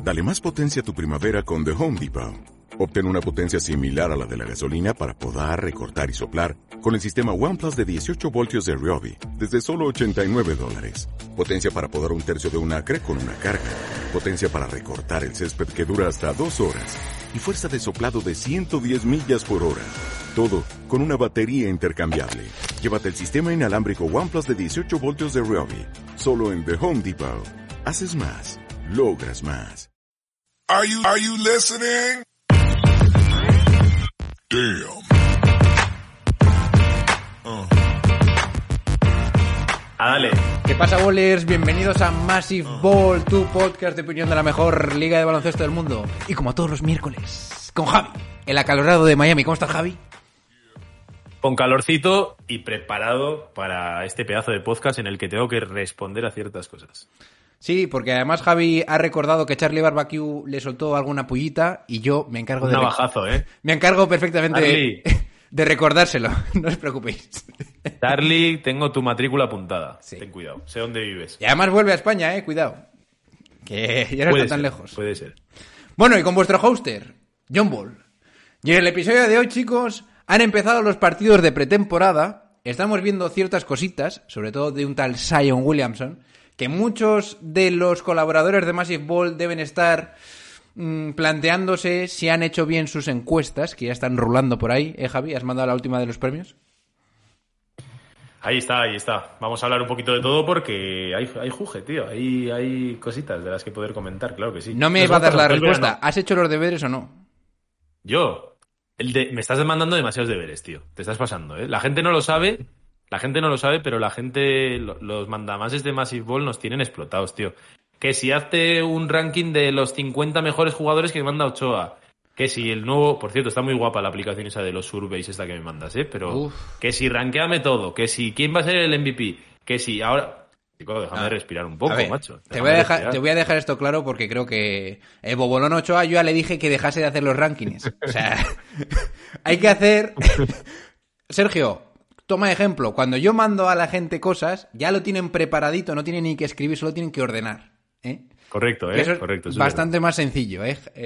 Dale más potencia a tu primavera con The Home Depot. Obtén una potencia similar a la de la gasolina para podar, recortar y soplar con el sistema OnePlus de 18 voltios de Ryobi desde solo $89. Potencia para podar un tercio de un acre con una carga. Potencia para recortar el césped que dura hasta 2 horas. Y fuerza de soplado de 110 millas por hora. Todo con una batería intercambiable. Llévate el sistema inalámbrico OnePlus de 18 voltios de Ryobi. Solo en The Home Depot. Haces más. Logras más. Are you listening? Damn. Dale. ¿Qué pasa, bowlers? Bienvenidos a Massive Ball, tu podcast de opinión de la mejor liga de baloncesto del mundo. Y como todos los miércoles, con Javi, el acalorado de Miami. ¿Cómo estás, Javi? Con calorcito y preparado para este pedazo de podcast en el que tengo que responder a ciertas cosas. Sí, porque además Javi ha recordado que Charlie Barbecue le soltó alguna pullita y yo me encargo de... Un navajazo, ¿eh? Me encargo perfectamente de recordárselo, no os preocupéis. Charlie, tengo tu matrícula apuntada. Sí. Ten cuidado, sé dónde vives. Y además vuelve a España, cuidado. Que ya no está tan lejos. Puede ser. Bueno, y con vuestro hoster, John Ball. Y en el episodio de hoy, chicos, han empezado los partidos de pretemporada. Estamos viendo ciertas cositas, sobre todo de un tal Zion Williamson, que muchos de los colaboradores de Massive Ball deben estar planteándose si han hecho bien sus encuestas, que ya están rulando por ahí. Javi? ¿Has mandado la última de los premios? Ahí está. Vamos a hablar un poquito de todo porque hay juje, tío. Hay cositas de las que poder comentar, claro que sí. No me va a dar la respuesta. ¿Has hecho los deberes o no? Yo. Me estás demandando demasiados deberes, tío. Te estás pasando, ¿eh? La gente no lo sabe, pero la gente, los mandamases de Massive Ball nos tienen explotados, tío. Que si hazte un ranking de los 50 mejores jugadores que me manda Ochoa. Que si el nuevo... Por cierto, está muy guapa la aplicación esa de los surveys esta que me mandas, ¿eh? Pero que si rankeame todo. Que si quién va a ser el MVP. Que si ahora... Chico, déjame respirar un poco, macho. Te voy a dejar esto claro porque creo que Bobolón Ochoa yo ya le dije que dejase de hacer los rankings. O sea, hay que hacer... Sergio, toma ejemplo. Cuando yo mando a la gente cosas, ya lo tienen preparadito, no tienen ni que escribir, solo tienen que ordenar. Correcto, eso correcto. Es bastante más sencillo,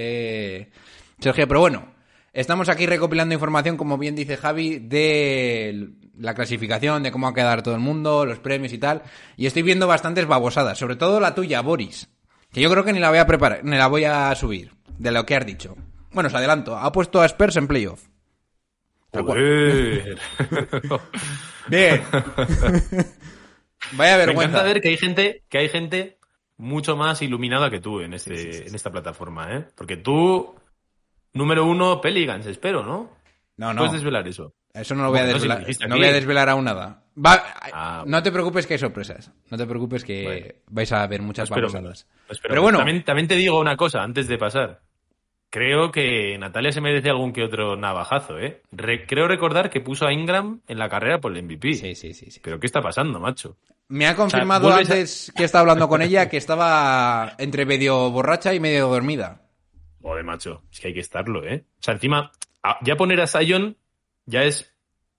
Sergio, pero bueno, estamos aquí recopilando información, como bien dice Javi, de la clasificación, de cómo va a quedar todo el mundo, los premios y tal, y estoy viendo bastantes babosadas, sobre todo la tuya, Boris, que yo creo que ni la voy a preparar, ni la voy a subir, de lo que has dicho. Bueno, os adelanto, ha puesto a Spurs en playoff. Bien. Vaya vergüenza. Me encanta ver que hay gente mucho más iluminada que tú en esta plataforma, ¿eh? Porque tú, número 1, Pelicans, espero, ¿no? No. ¿Puedes desvelar eso? Eso no lo voy a desvelar. No voy a desvelar aún nada. No te preocupes que hay sorpresas. No te preocupes que vais a ver muchas babosadas. Pero bueno. También te digo una cosa antes de pasar. Creo que Natalia se merece algún que otro navajazo, ¿eh? Creo recordar que puso a Ingram en la carrera por el MVP. Sí. ¿Pero qué está pasando, macho? Me ha confirmado antes que estaba hablando con ella que estaba entre medio borracha y medio dormida. Joder, macho. Es que hay que estarlo, ¿eh? O sea, encima, ya poner a Zion ya es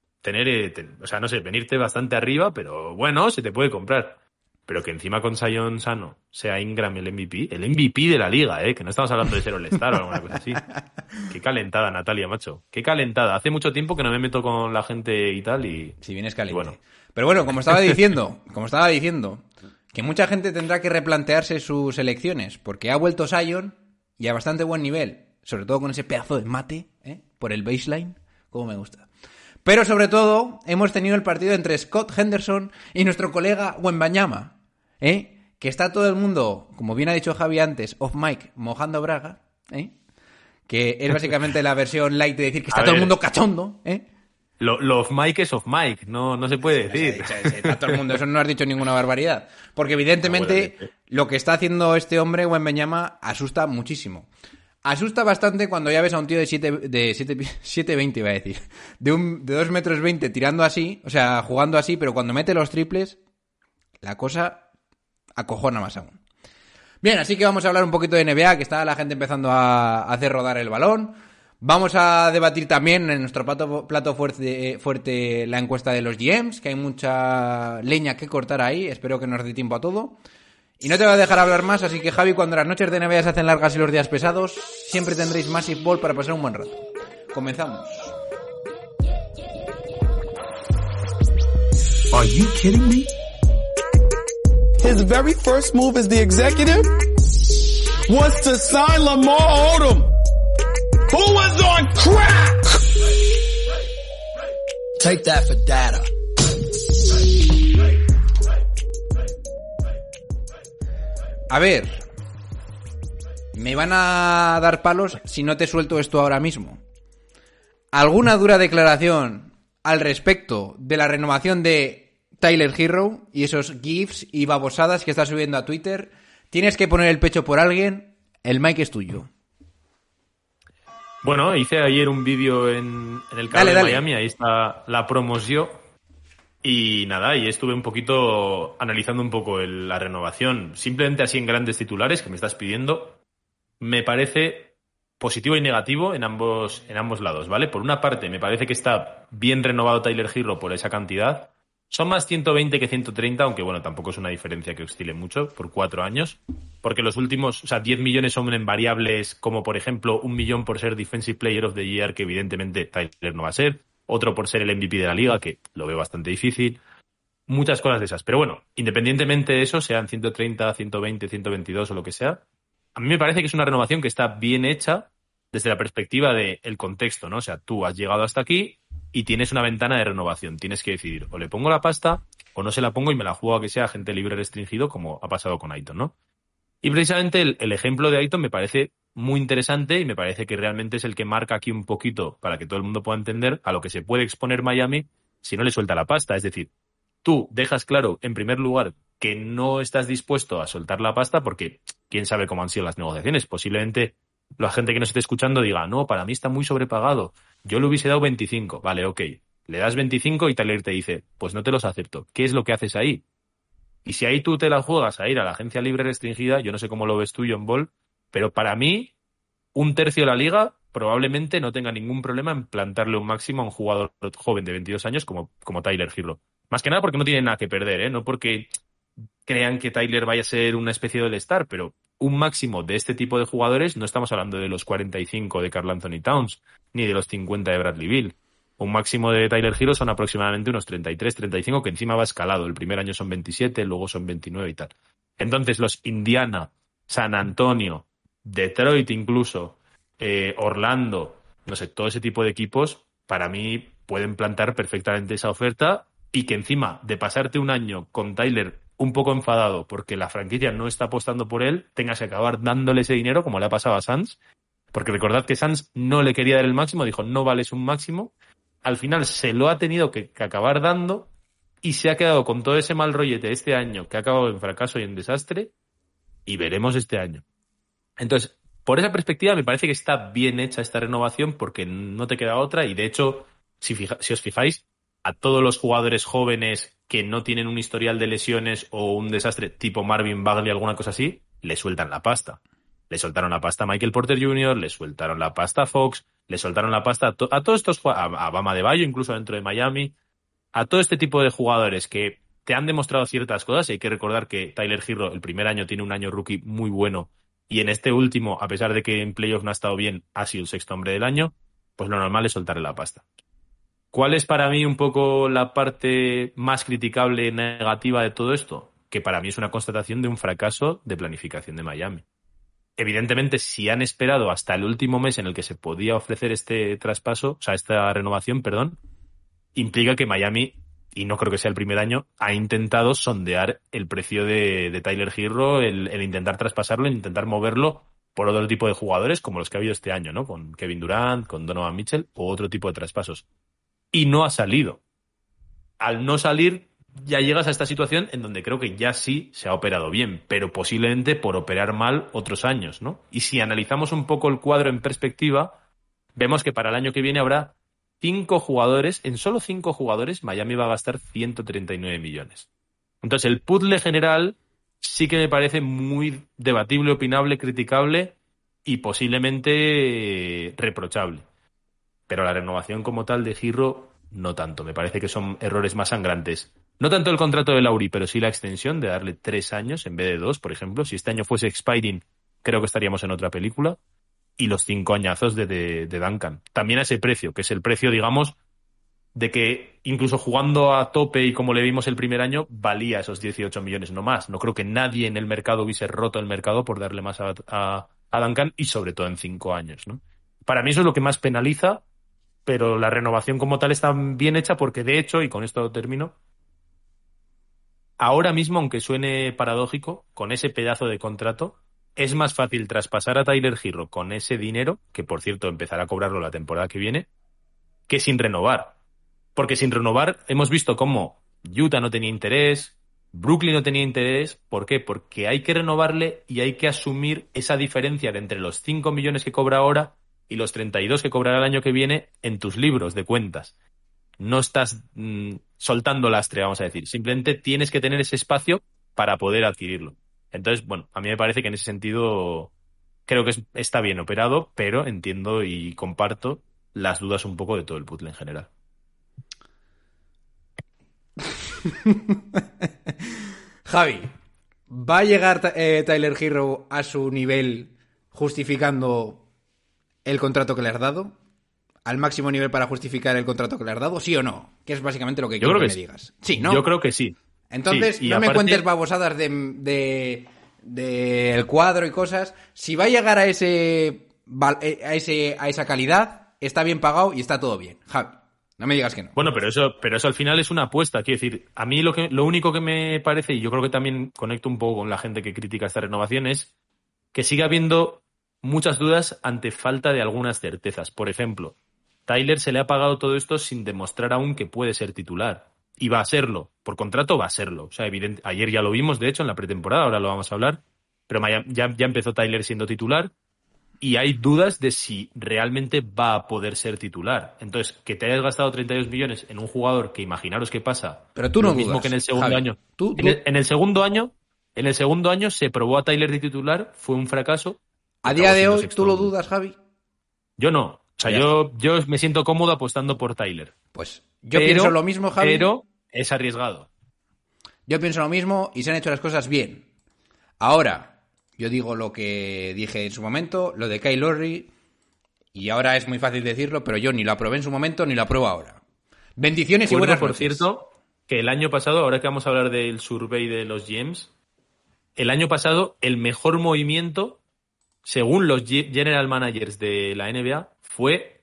venirte bastante arriba, pero bueno, se te puede comprar. Pero que encima con Zion sano sea Ingram el MVP de la liga, que no estamos hablando de ser All-Star o alguna cosa así. Qué calentada, Natalia, macho. Qué calentada. Hace mucho tiempo que no me meto con la gente y tal y... Si vienes caliente. Bueno. Pero bueno, como estaba diciendo, que mucha gente tendrá que replantearse sus elecciones, porque ha vuelto Zion y a bastante buen nivel, sobre todo con ese pedazo de mate, por el baseline, como me gusta. Pero sobre todo, hemos tenido el partido entre Scott Henderson y nuestro colega Wembanyama, que está todo el mundo, como bien ha dicho Javi antes, off mic, mojando braga, que es básicamente la versión light de decir que está todo el mundo cachondo, Lo off mic es off mic, no se puede decir. Está todo el mundo, eso no has dicho ninguna barbaridad. Porque evidentemente lo que está haciendo este hombre, Wembanyama, asusta muchísimo. Asusta bastante cuando ya ves a un tío de 7'20", iba a decir, de 2 metros 20 tirando así, o sea, jugando así, pero cuando mete los triples, la cosa acojona más aún. Bien, así que vamos a hablar un poquito de NBA, que está la gente empezando a hacer rodar el balón. Vamos a debatir también en nuestro plato fuerte la encuesta de los GMs, que hay mucha leña que cortar ahí, espero que nos dé tiempo a todo. Y no te voy a dejar hablar más, así que Javi, cuando las noches de NBA se hacen largas y los días pesados, siempre tendréis Massive Ball para pasar un buen rato. Comenzamos. Are you kidding me? His very first move as the executive was to sign Lamar Odom, who was on crack. Take that for data. A ver, me van a dar palos si no te suelto esto ahora mismo. ¿Alguna dura declaración al respecto de la renovación de Tyler Herro y esos GIFs y babosadas que está subiendo a Twitter? Tienes que poner el pecho por alguien, el mic es tuyo. Bueno, hice ayer un vídeo en el canal de Miami, ahí está la promoción. Y nada, y estuve un poquito analizando un poco la renovación. Simplemente así en grandes titulares que me estás pidiendo. Me parece positivo y negativo en ambos lados, ¿vale? Por una parte, me parece que está bien renovado Tyler Herro por esa cantidad. Son más 120 que 130, aunque bueno, tampoco es una diferencia que oscile mucho por 4 años. Porque los últimos, 10 millones son en variables como, por ejemplo, 1 millón por ser Defensive Player of the Year, que evidentemente Tyler no va a ser. Otro por ser el MVP de la liga, que lo veo bastante difícil. Muchas cosas de esas. Pero bueno, independientemente de eso, sean 130, 120, 122 o lo que sea, a mí me parece que es una renovación que está bien hecha desde la perspectiva del contexto, ¿no? O sea, tú has llegado hasta aquí y tienes una ventana de renovación. Tienes que decidir, o le pongo la pasta o no se la pongo y me la juego a que sea agente libre restringido, como ha pasado con Ayton, ¿no? Y precisamente el ejemplo de Ayton me parece muy interesante y me parece que realmente es el que marca aquí un poquito, para que todo el mundo pueda entender, a lo que se puede exponer Miami si no le suelta la pasta. Es decir, tú dejas claro, en primer lugar, que no estás dispuesto a soltar la pasta porque quién sabe cómo han sido las negociaciones. Posiblemente la gente que nos esté escuchando diga, no, para mí está muy sobrepagado, yo le hubiese dado 25. Vale, ok. Le das 25 y Tyler te dice, pues no te los acepto. ¿Qué es lo que haces ahí? Y si ahí tú te la juegas a ir a la agencia libre restringida, yo no sé cómo lo ves tú, John Ball, pero para mí, un tercio de la liga probablemente no tenga ningún problema en plantarle un máximo a un jugador joven de 22 años como Tyler Herro. Más que nada porque no tiene nada que perder, ¿eh? No porque crean que Tyler vaya a ser una especie de all-star, pero un máximo de este tipo de jugadores, no estamos hablando de los 45 de Karl Anthony Towns, ni de los 50 de Bradley Beal. Un máximo de Tyler Herro son aproximadamente unos 33, 35, que encima va escalado. El primer año son 27, luego son 29 y tal. Entonces los Indiana, San Antonio, Detroit incluso, Orlando, no sé, todo ese tipo de equipos, para mí pueden plantar perfectamente esa oferta y que encima de pasarte un año con Tyler un poco enfadado porque la franquicia no está apostando por él, tengas que acabar dándole ese dinero como le ha pasado a Suns, porque recordad que Suns no le quería dar el máximo, dijo no vales un máximo, al final se lo ha tenido que acabar dando y se ha quedado con todo ese mal rollete este año que ha acabado en fracaso y en desastre y veremos este año. Entonces, por esa perspectiva me parece que está bien hecha esta renovación porque no te queda otra y de hecho, si os fijáis, a todos los jugadores jóvenes que no tienen un historial de lesiones o un desastre tipo Marvin Bagley, alguna cosa así, le sueltan la pasta. Le soltaron la pasta a Michael Porter Jr., le sueltaron la pasta a Fox, le soltaron la pasta a todos estos jugadores, a Bam Adebayo incluso dentro de Miami, a todo este tipo de jugadores que te han demostrado ciertas cosas y hay que recordar que Tyler Herro el primer año tiene un año rookie muy bueno y en este último, a pesar de que en playoff no ha estado bien, ha sido el sexto hombre del año, pues lo normal es soltarle la pasta. ¿Cuál es para mí un poco la parte más criticable y negativa de todo esto? Que para mí es una constatación de un fracaso de planificación de Miami. Evidentemente, si han esperado hasta el último mes en el que se podía ofrecer este traspaso, o sea, esta renovación, perdón, implica que Miami, y no creo que sea el primer año, ha intentado sondear el precio de Tyler Herro, el intentar traspasarlo, el intentar moverlo por otro tipo de jugadores como los que ha habido este año, ¿no? Con Kevin Durant, con Donovan Mitchell o otro tipo de traspasos. Y no ha salido. Al no salir, ya llegas a esta situación en donde creo que ya sí se ha operado bien, pero posiblemente por operar mal otros años, ¿no? Y si analizamos un poco el cuadro en perspectiva, vemos que para el año que viene habrá 5 jugadores, en solo 5 jugadores, Miami va a gastar 139 millones. Entonces, el puzzle general sí que me parece muy debatible, opinable, criticable y posiblemente reprochable. Pero la renovación como tal de Herro, no tanto. Me parece que son errores más sangrantes No tanto el contrato de Lowry, pero sí la extensión de darle 3 años en vez de 2, por ejemplo. Si este año fuese expiring, creo que estaríamos en otra película. Y los 5 añazos de Duncan. También a ese precio, que es el precio, digamos, de que incluso jugando a tope y como le vimos el primer año, valía esos 18 millones, no más. No creo que nadie en el mercado hubiese roto el mercado por darle más a Duncan y sobre todo en 5 años, ¿no? Para mí eso es lo que más penaliza, pero la renovación como tal está bien hecha porque de hecho, y con esto termino, ahora mismo, aunque suene paradójico, con ese pedazo de contrato, es más fácil traspasar a Tyler Herro con ese dinero, que por cierto empezará a cobrarlo la temporada que viene, que sin renovar. Porque sin renovar hemos visto cómo Utah no tenía interés, Brooklyn no tenía interés. ¿Por qué? Porque hay que renovarle y hay que asumir esa diferencia de entre los 5 millones que cobra ahora y los 32 que cobrará el año que viene en tus libros de cuentas. No estás soltando lastre, vamos a decir. Simplemente tienes que tener ese espacio para poder adquirirlo. Entonces, bueno, a mí me parece que en ese sentido creo que está bien operado, pero entiendo y comparto las dudas un poco de todo el puzzle en general. Javi, ¿va a llegar Tyler Herro a su nivel justificando el contrato que le has dado? ¿Al máximo nivel para justificar el contrato que le has dado? ¿Sí o no? Que es básicamente lo que quiero que me digas. Sí, ¿no? Yo creo que sí. Entonces, sí, no me cuentes babosadas de el cuadro y cosas. Si va a llegar a esa calidad, está bien pagado y está todo bien. Javi, no me digas que no. Bueno, pero eso al final es una apuesta. Quiero decir, a mí lo único que me parece, y yo creo que también conecto un poco con la gente que critica esta renovación, es que sigue habiendo muchas dudas ante falta de algunas certezas. Por ejemplo, Tyler se le ha pagado todo esto sin demostrar aún que puede ser titular. Y va a serlo. Por contrato va a serlo. O sea, evidente. Ayer ya lo vimos, de hecho, en la pretemporada, ahora lo vamos a hablar. Pero ya empezó Tyler siendo titular y hay dudas de si realmente va a poder ser titular. Entonces, que te hayas gastado 32 millones en un jugador que imaginaros qué pasa. Pero tú no lo mismo dudas, que en el segundo Javi. año. ¿Tú? En el segundo año se probó a Tyler de titular, fue un fracaso. A día de hoy, ¿tú lo dudas, Javi? Yo no. O sea, yo me siento cómodo apostando por Tyler. Pues yo pienso lo mismo, Javi. Pero es arriesgado. Yo pienso lo mismo y se han hecho las cosas bien. Ahora, yo digo lo que dije en su momento, lo de Kyle Lowry, y ahora es muy fácil decirlo, pero yo ni lo aprobé en su momento ni lo apruebo ahora. Bendiciones y buenas por noches. Cierto, que el año pasado, ahora que vamos a hablar del survey de los GMs, el año pasado el mejor movimiento, según los general managers de la NBA, fue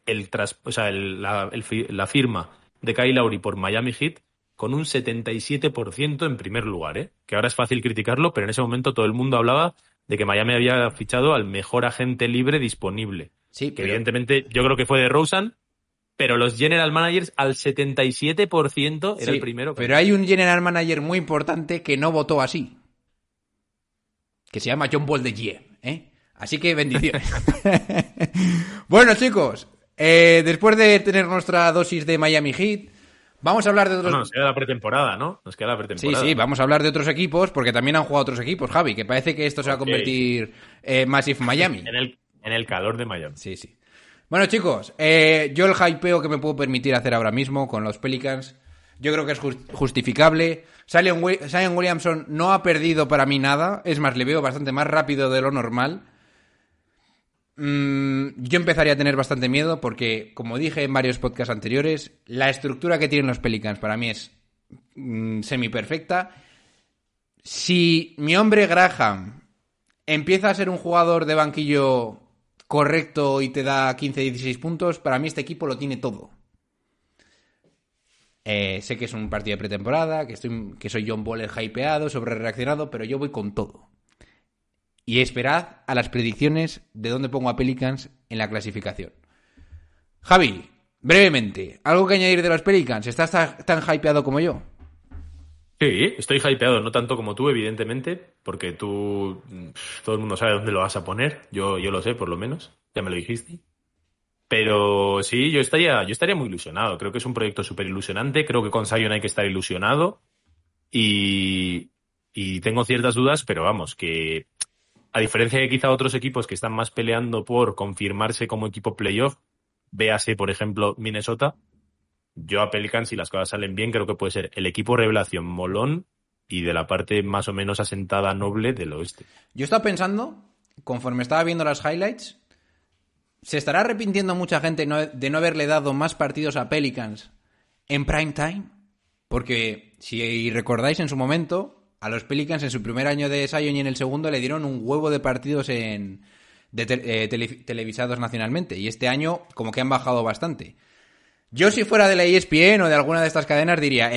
la firma de Kyle Lowry por Miami Heat con un 77% en primer lugar, ¿eh? Que ahora es fácil criticarlo, pero en ese momento todo el mundo hablaba de que Miami había fichado al mejor agente libre disponible. Sí, que pero... evidentemente yo creo que fue de DeRozan, pero los general managers al 77% era el primero. Pero hay un general manager muy importante que no votó así, que se llama John Ball de GM, ¿eh? Así que bendiciones. Bueno, chicos, después de tener nuestra dosis de Miami Heat, vamos a hablar de otros... No, nos queda la pretemporada, ¿no? Nos queda la pretemporada. Sí, vamos a hablar de otros equipos, porque también han jugado otros equipos, Javi, que parece que esto se va a convertir Massive Miami. En el calor de Miami. Sí. Bueno, chicos, yo el hypeo que me puedo permitir hacer ahora mismo con los Pelicans, yo creo que es justificable. Zion Williamson no ha perdido para mí nada, es más, le veo bastante más rápido de lo normal. Yo empezaría a tener bastante miedo porque, como dije en varios podcasts anteriores, la estructura que tienen los Pelicans para mí es semi-perfecta. Si mi hombre Graham empieza a ser un jugador de banquillo correcto y te da 15-16 puntos, para mí este equipo lo tiene todo. Sé que es un partido de pretemporada, que soy John Ball hypeado, sobre reaccionado, pero yo voy con todo. Y esperad a las predicciones de dónde pongo a Pelicans en la clasificación. Javi, brevemente, ¿algo que añadir de los Pelicans? ¿Estás tan hypeado como yo? Sí, estoy hypeado, no tanto como tú, evidentemente, porque todo el mundo sabe dónde lo vas a poner. Yo lo sé, por lo menos, ya me lo dijiste. Pero sí, yo estaría muy ilusionado. Creo que es un proyecto súper ilusionante. Creo que con Zion hay que estar ilusionado. Y tengo ciertas dudas, pero vamos, que a diferencia de quizá otros equipos que están más peleando por confirmarse como equipo playoff, véase, por ejemplo, Minnesota, yo a Pelicans, si las cosas salen bien, creo que puede ser el equipo revelación molón y de la parte más o menos asentada noble del oeste. Yo estaba pensando, conforme estaba viendo las highlights, ¿se estará arrepintiendo mucha gente de no haberle dado más partidos a Pelicans en prime time? Porque, si recordáis en su momento, a los Pelicans en su primer año de Zion y en el segundo le dieron un huevo de partidos televisados nacionalmente. Y este año como que han bajado bastante. Yo, si fuera de la ESPN o de alguna de estas cadenas, diría,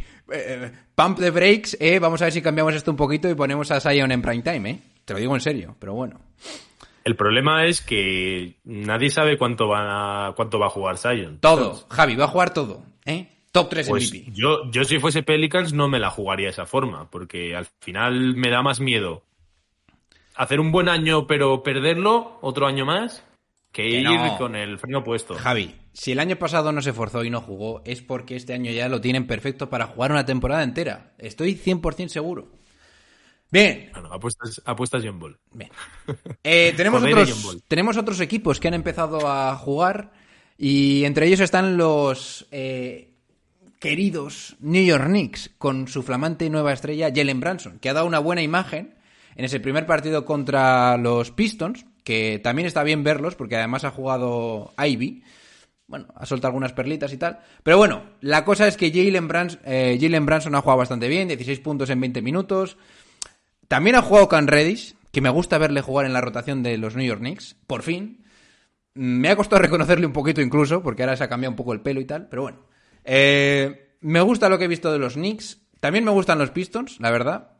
pump the brakes, vamos a ver si cambiamos esto un poquito y ponemos a Zion en prime time, Te lo digo en serio, pero bueno. El problema es que nadie sabe cuánto va a jugar Zion. Todo, ¿sabes? Javi, va a jugar todo, Top 3 Pues MVP. yo si fuese Pelicans no me la jugaría de esa forma, porque al final me da más miedo hacer un buen año pero perderlo otro año más que ir con el freno puesto. Javi, si el año pasado no se esforzó y no jugó, es porque este año ya lo tienen perfecto para jugar una temporada entera. Estoy 100% seguro. Bien. Bueno, apuestas John Ball. Bien. Tenemos otros equipos que han empezado a jugar y entre ellos están los queridos New York Knicks con su flamante nueva estrella Jalen Brunson, que ha dado una buena imagen en ese primer partido contra los Pistons, que también está bien verlos porque además ha jugado Ivy. Bueno, ha soltado algunas perlitas y tal. Pero bueno, la cosa es que Jalen Brunson ha jugado bastante bien, 16 puntos en 20 minutos. También ha jugado Cam Reddish, que me gusta verle jugar en la rotación de los New York Knicks, por fin. Me ha costado reconocerle un poquito incluso, porque ahora se ha cambiado un poco el pelo y tal, pero bueno. Me gusta lo que he visto de los Knicks. También me gustan los Pistons, la verdad.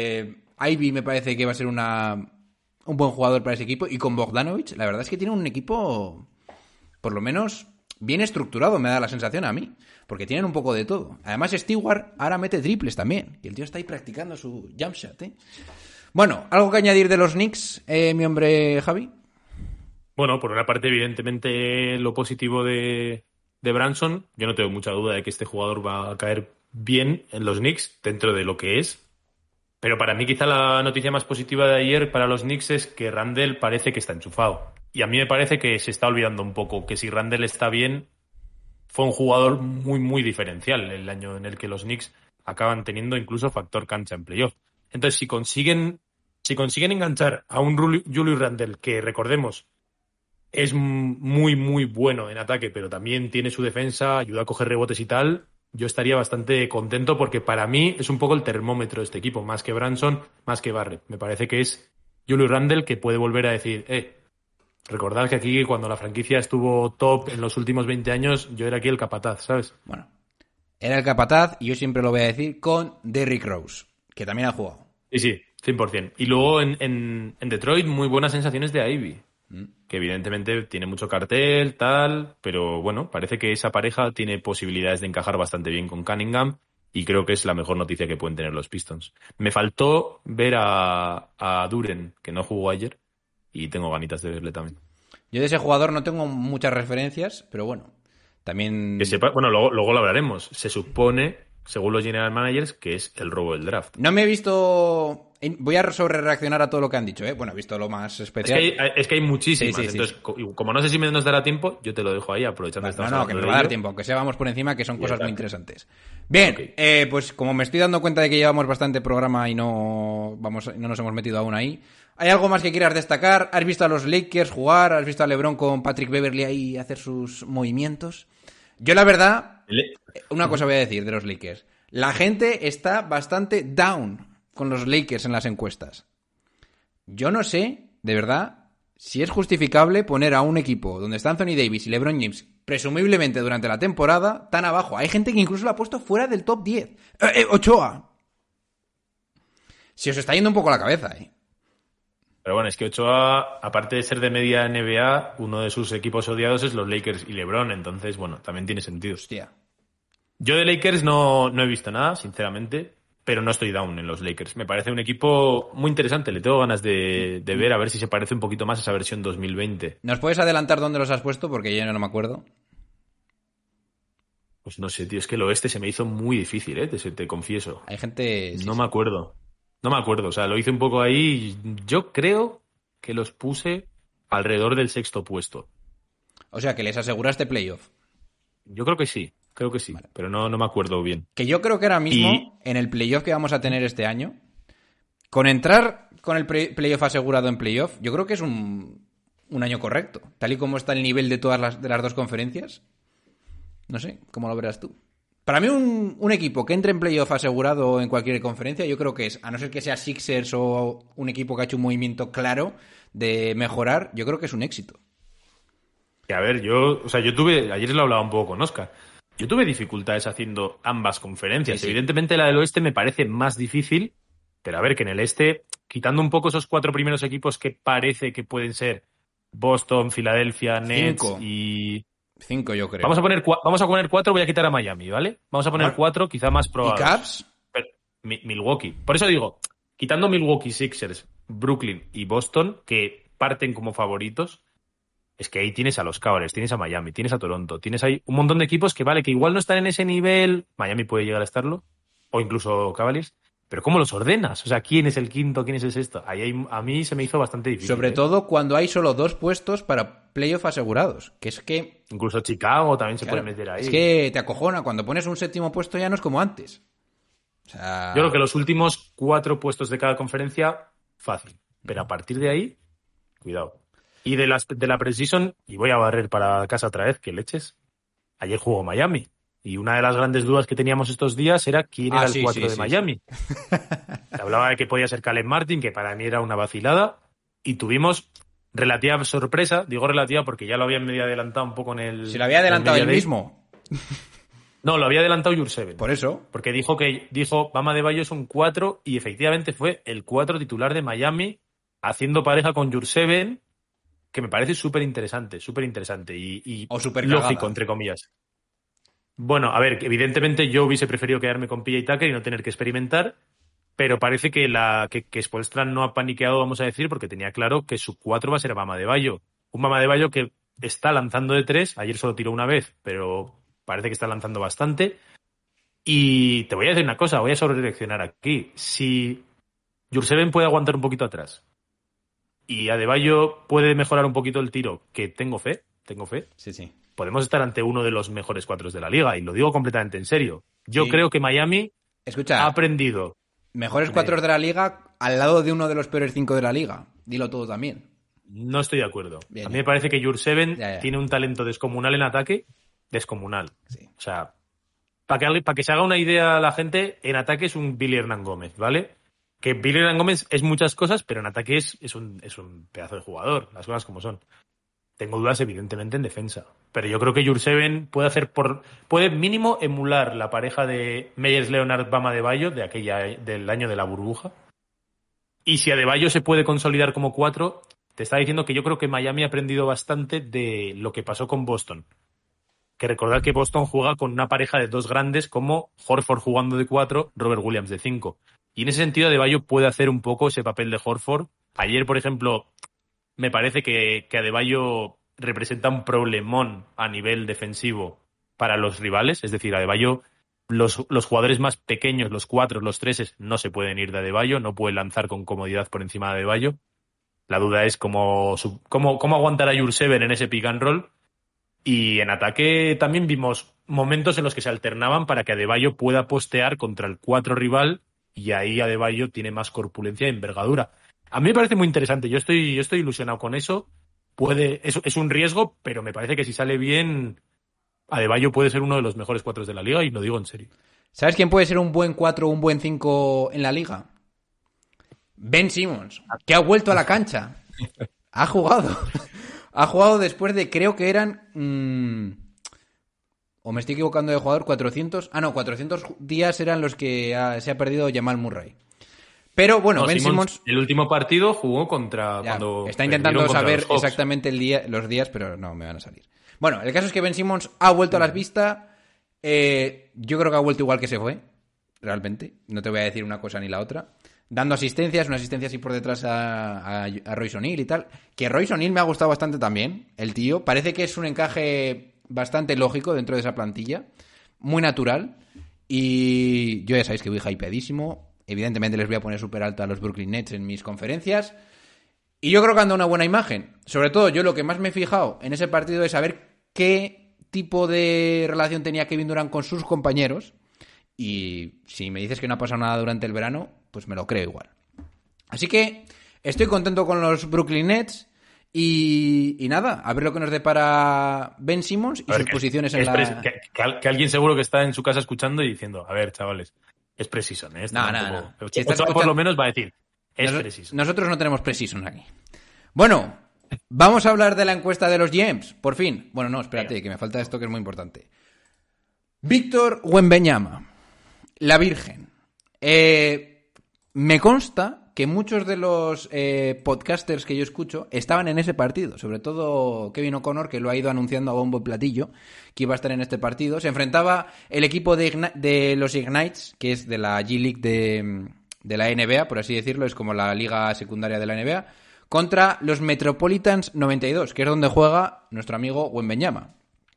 Ivy me parece que va a ser un buen jugador para ese equipo. Y con Bogdanovic, la verdad es que tiene un equipo, por lo menos, bien estructurado, me da la sensación a mí. Porque tienen un poco de todo. Además, Stewart ahora mete triples también. Y el tío está ahí practicando su jump shot, Bueno, ¿algo que añadir de los Knicks, mi hombre Javi? Bueno, por una parte, evidentemente, lo positivo de Brunson. Yo no tengo mucha duda de que este jugador va a caer bien en los Knicks, dentro de lo que es. Pero para mí quizá la noticia más positiva de ayer para los Knicks es que Randle parece que está enchufado. Y a mí me parece que se está olvidando un poco que si Randle está bien, fue un jugador muy, muy diferencial el año en el que los Knicks acaban teniendo incluso factor cancha en playoff. Entonces, si consiguen enganchar a un Julius Randle, que recordemos, es muy, muy bueno en ataque, pero también tiene su defensa, ayuda a coger rebotes y tal, yo estaría bastante contento porque para mí es un poco el termómetro de este equipo, más que Brunson, más que Barrett. Me parece que es Julius Randle que puede volver a decir, recordad que aquí cuando la franquicia estuvo top en los últimos 20 años, yo era aquí el capataz, ¿sabes? Bueno, era el capataz y yo siempre lo voy a decir con Derrick Rose, que también ha jugado. Sí, 100%. Y luego en Detroit muy buenas sensaciones de Ivy. Que evidentemente tiene mucho cartel, tal, pero bueno, parece que esa pareja tiene posibilidades de encajar bastante bien con Cunningham y creo que es la mejor noticia que pueden tener los Pistons. Me faltó ver a Duren, que no jugó ayer, y tengo ganitas de verle también. Yo de ese jugador no tengo muchas referencias, pero bueno, también... Que sepa, bueno, luego lo hablaremos. Se supone, según los general managers, que es el robo del draft. No me he visto... Voy a sobrereaccionar a todo lo que han dicho, Bueno, he visto lo más especial. Es que hay muchísimas. Sí. Entonces, como no sé si nos dará tiempo, yo te lo dejo ahí, aprovechando esta No, que me va a dar tiempo, aunque sea vamos por encima, que son cosas muy interesantes. Bien, okay. Pues como me estoy dando cuenta de que llevamos bastante programa y no nos hemos metido aún ahí, ¿hay algo más que quieras destacar? ¿Has visto a los Lakers jugar? ¿Has visto a LeBron con Patrick Beverley ahí hacer sus movimientos? Yo, la verdad, una cosa voy a decir de los Lakers. La gente está bastante down con los Lakers en las encuestas. Yo no sé, de verdad, si es justificable poner a un equipo donde está Anthony Davis y LeBron James, presumiblemente durante la temporada, tan abajo. Hay gente que incluso lo ha puesto fuera del top 10. Ochoa. Si os está yendo un poco la cabeza, Pero bueno, es que Ochoa, aparte de ser de media NBA, uno de sus equipos odiados es los Lakers y LeBron, entonces, bueno, también tiene sentido. Hostia. Yo de Lakers no he visto nada, sinceramente, pero no estoy down en los Lakers. Me parece un equipo muy interesante, le tengo ganas de ver, a ver si se parece un poquito más a esa versión 2020. ¿Nos puedes adelantar dónde los has puesto? Porque yo no me acuerdo. Pues no sé, tío, es que el oeste se me hizo muy difícil, te confieso. Hay gente... No me acuerdo, o sea, lo hice un poco ahí. Yo creo que los puse alrededor del 6º puesto. O sea, que les aseguraste playoff. Yo creo que sí. creo que sí, pero no me acuerdo bien. Que yo creo que ahora mismo, en el playoff que vamos a tener este año, con entrar con el playoff asegurado en playoff, yo creo que es un año correcto. Tal y como está el nivel de todas las dos conferencias. No sé, ¿cómo lo verás tú? Para mí un equipo que entre en playoff asegurado en cualquier conferencia, yo creo que es, a no ser que sea Sixers o un equipo que ha hecho un movimiento claro de mejorar, yo creo que es un éxito. A ver, yo tuve, ayer lo hablaba un poco con Oscar, yo tuve dificultades haciendo ambas conferencias. Sí. Evidentemente la del oeste me parece más difícil, pero a ver, que en el este, quitando un poco esos 4 primeros equipos que parece que pueden ser Boston, Filadelfia, Nets 5. y... 5 yo creo. Vamos a poner 4, voy a quitar a Miami, ¿vale? Vamos a poner 4, quizá más probables. ¿Y Cavs? Pero, Milwaukee. Por eso digo, quitando Milwaukee, Sixers, Brooklyn y Boston, que parten como favoritos, es que ahí tienes a los Cavaliers, tienes a Miami, tienes a Toronto, tienes ahí un montón de equipos que vale, que igual no están en ese nivel, Miami puede llegar a estarlo, o incluso Cavaliers, pero ¿cómo los ordenas? O sea, ¿quién es el quinto? ¿Quién es el sexto? A mí se me hizo bastante difícil. Sobre todo cuando hay solo 2 puestos para playoff asegurados, que es que... Incluso Chicago también se claro, puede meter ahí. Es que te acojona, cuando pones un 7º puesto ya no es como antes. O sea... Yo creo que los últimos 4 puestos de cada conferencia, fácil. Pero a partir de ahí, cuidado. Y de la preseason, y voy a barrer para casa otra vez, que leches, ayer jugó Miami. Y una de las grandes dudas que teníamos estos días era quién era el 4 de Miami. Se hablaba de que podía ser Caleb Martin, que para mí era una vacilada, y tuvimos relativa sorpresa, digo relativa porque ya lo habían medio adelantado un poco en el... Si lo había adelantado él mismo. No, lo había adelantado Jurseven. Por eso. Porque dijo Bam Adebayo es un 4 y efectivamente fue el 4 titular de Miami haciendo pareja con Jurseven, que me parece súper interesante y o super lógico, cagada, entre comillas. Bueno, a ver, evidentemente yo hubiese preferido quedarme con PJ Tucker y no tener que experimentar, pero parece que Spoelstra no ha paniqueado, vamos a decir, porque tenía claro que su 4 va a ser Bam Adebayo. Un Bam Adebayo que está lanzando de 3, ayer solo tiró una vez, pero parece que está lanzando bastante. Y te voy a decir una cosa, voy a sobrereaccionar aquí. Si Jurseven puede aguantar un poquito atrás y Adebayo puede mejorar un poquito el tiro, que tengo fe. Sí. Podemos estar ante uno de los mejores 4 de la liga, y lo digo completamente en serio. Yo creo que Miami ha aprendido. Mejores 4 de la liga al lado de uno de los peores 5 de la liga. Dilo todo también. No estoy de acuerdo. Bien, a mí me parece que Jurseven ya. tiene un talento descomunal en ataque. Descomunal. Sí. O sea, para que se haga una idea la gente, en ataque es un Billy Hernán Gómez, ¿vale? Que Billy Hernán Gómez es muchas cosas, pero en ataque es un pedazo de jugador, las cosas como son. Tengo dudas, evidentemente, en defensa. Pero yo creo que Jurseven puede mínimo emular la pareja de Meyers-Leonard Bam Adebayo del año de la burbuja. Y si Adebayo se puede consolidar como 4, te estaba diciendo que yo creo que Miami ha aprendido bastante de lo que pasó con Boston. Que recordad que Boston juega con una pareja de 2 grandes como Horford jugando de 4, Robert Williams de 5. Y en ese sentido Adebayo puede hacer un poco ese papel de Horford. Ayer, por ejemplo, me parece que Adebayo representa un problemón a nivel defensivo para los rivales. Es decir, Adebayo, los jugadores más pequeños, los 4, los 3, no se pueden ir de Adebayo, no pueden lanzar con comodidad por encima de Adebayo. La duda es cómo aguantará Jurseven en ese pick and roll. Y en ataque también vimos momentos en los que se alternaban para que Adebayo pueda postear contra el 4 rival, y ahí Adebayo tiene más corpulencia e envergadura. A mí me parece muy interesante, yo estoy ilusionado con eso. Es un riesgo, pero me parece que si sale bien, Adebayo puede ser uno de los mejores 4 de la liga, y lo digo en serio. ¿Sabes quién puede ser un buen 4 o un buen 5 en la liga? Ben Simmons, que ha vuelto a la cancha. Ha jugado. Ha jugado después de, creo que eran... o me estoy equivocando de jugador, 400... 400 días eran los que se ha perdido Jamal Murray. Pero bueno, Ben Simmons... El último partido jugó contra... Está intentando saber exactamente los días, pero no me van a salir. Bueno, el caso es que Ben Simmons ha vuelto a las vistas. Yo creo que ha vuelto igual que se fue, realmente. No te voy a decir una cosa ni la otra. Dando asistencias, una asistencia así por detrás a Royce O'Neal y tal. Que Royce O'Neal me ha gustado bastante también, el tío. Parece que es un encaje bastante lógico dentro de esa plantilla. Muy natural. Y yo ya sabéis que voy hypeadísimo. Evidentemente les voy a poner súper alto a los Brooklyn Nets en mis conferencias. Y yo creo que han dado una buena imagen. Sobre todo, yo lo que más me he fijado en ese partido es saber qué tipo de relación tenía Kevin Durant con sus compañeros. Y si me dices que no ha pasado nada durante el verano, pues me lo creo igual. Así que estoy contento con los Brooklyn Nets. Y nada, a ver lo que nos depara Ben Simmons y sus posiciones en la... Que alguien seguro que está en su casa escuchando y diciendo, a ver, chavales, es precision, ¿eh? No. Si estás por lo menos va a decir, es precision. Nosotros no tenemos precision aquí. Bueno, vamos a hablar de la encuesta de los GMs, por fin. Bueno, no, espérate, que me falta esto que es muy importante. Víctor Wembanyama, la Virgen. Me consta que muchos de los podcasters que yo escucho estaban en ese partido, sobre todo Kevin O'Connor, que lo ha ido anunciando a bombo y platillo, que iba a estar en este partido. Se enfrentaba el equipo de los Ignites, que es de la G-League de la NBA, por así decirlo, es como la liga secundaria de la NBA, contra los Metropolitans 92, que es donde juega nuestro amigo Wembanyama.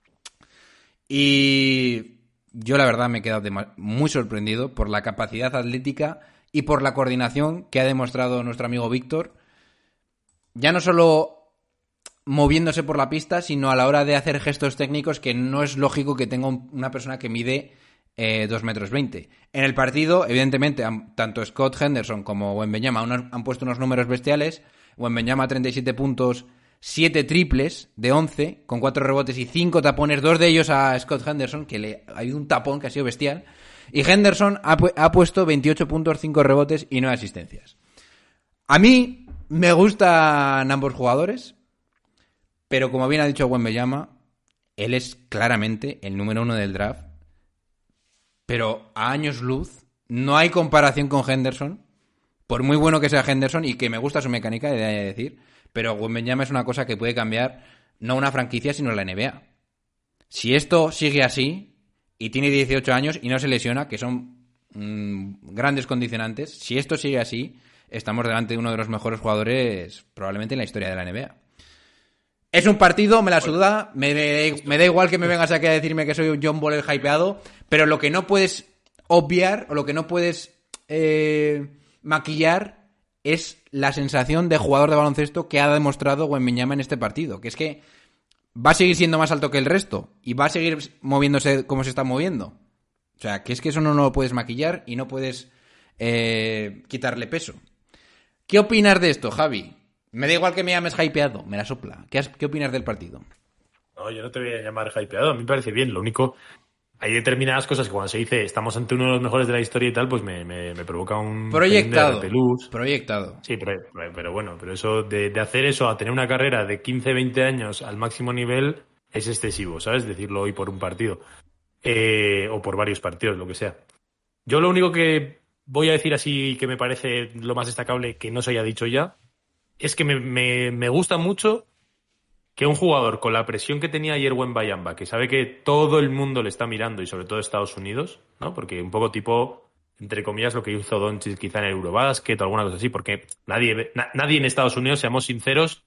Y yo la verdad me he quedado muy sorprendido por la capacidad atlética y por la coordinación que ha demostrado nuestro amigo Víctor, ya no solo moviéndose por la pista, sino a la hora de hacer gestos técnicos que no es lógico que tenga una persona que mide 2,20 metros. En el partido, evidentemente, tanto Scott Henderson como Wembanyama han puesto unos números bestiales. Wembanyama 37 puntos, 7 triples de 11, con 4 rebotes y 5 tapones, 2 de ellos a Scott Henderson, que ha habido un tapón que ha sido bestial. Y Henderson ha puesto 28 puntos, 5 rebotes y 9 asistencias. A mí me gustan ambos jugadores, pero como bien ha dicho Wembanyama, él es claramente el número 1 del draft. Pero a años luz no hay comparación con Henderson, por muy bueno que sea Henderson y que me gusta su mecánica, de decir, pero Wembanyama es una cosa que puede cambiar no una franquicia, sino la NBA. Si esto sigue así y tiene 18 años y no se lesiona, que son grandes condicionantes, si esto sigue así, estamos delante de uno de los mejores jugadores probablemente en la historia de la NBA. Es un partido, me la suda, me da igual que me vengas aquí a decirme que soy un John Ball el hypeado, pero lo que no puedes obviar o lo que no puedes maquillar es la sensación de jugador de baloncesto que ha demostrado Wembanyama en este partido, que es que va a seguir siendo más alto que el resto y va a seguir moviéndose como se está moviendo. O sea, que es que eso no lo puedes maquillar y no puedes quitarle peso. ¿Qué opinas de esto, Javi? Me da igual que me llames hypeado, me la sopla. ¿Qué opinas del partido? No, yo no te voy a llamar hypeado, a mí me parece bien. Lo único, hay determinadas cosas que cuando se dice estamos ante uno de los mejores de la historia y tal, pues me provoca un... Proyectado. Sí, pero bueno, pero eso de hacer eso a tener una carrera de 15, 20 años al máximo nivel es excesivo, ¿sabes? Decirlo hoy por un partido. O por varios partidos, lo que sea. Yo lo único que voy a decir así que me parece lo más destacable que no se haya dicho ya es que me gusta mucho que un jugador con la presión que tenía ayer Wembanyama, que sabe que todo el mundo le está mirando y sobre todo Estados Unidos, ¿no? Porque un poco tipo, entre comillas, lo que hizo Doncic quizá en el Eurobasket o alguna cosa así, porque nadie en Estados Unidos, seamos sinceros,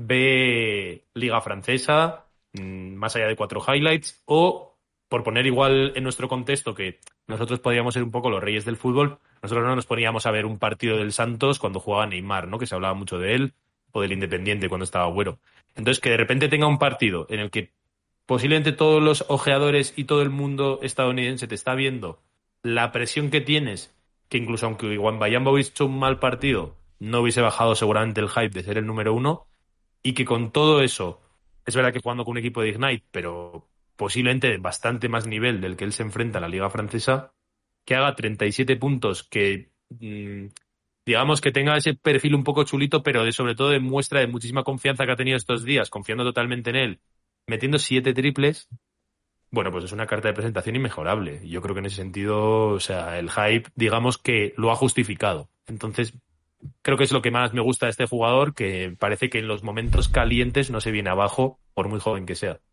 ve Liga Francesa, más allá de 4 highlights, o, por poner igual en nuestro contexto, que nosotros podríamos ser un poco los reyes del fútbol, nosotros no nos poníamos a ver un partido del Santos cuando jugaba Neymar, ¿no? Que se hablaba mucho de él, o del Independiente cuando estaba Agüero. Entonces, que de repente tenga un partido en el que posiblemente todos los ojeadores y todo el mundo estadounidense te está viendo la presión que tienes, que incluso aunque Wembanyama hubiese hecho un mal partido, no hubiese bajado seguramente el hype de ser el número 1, y que con todo eso, es verdad que jugando con un equipo de Ignite, pero posiblemente de bastante más nivel del que él se enfrenta en la Liga Francesa, que haga 37 puntos, que digamos que tenga ese perfil un poco chulito, pero sobre todo de muestra de muchísima confianza que ha tenido estos días, confiando totalmente en él, metiendo 7 triples, bueno, pues es una carta de presentación inmejorable. Yo creo que en ese sentido, o sea, el hype, digamos que lo ha justificado. Entonces, creo que es lo que más me gusta de este jugador, que parece que en los momentos calientes no se viene abajo, por muy joven que sea.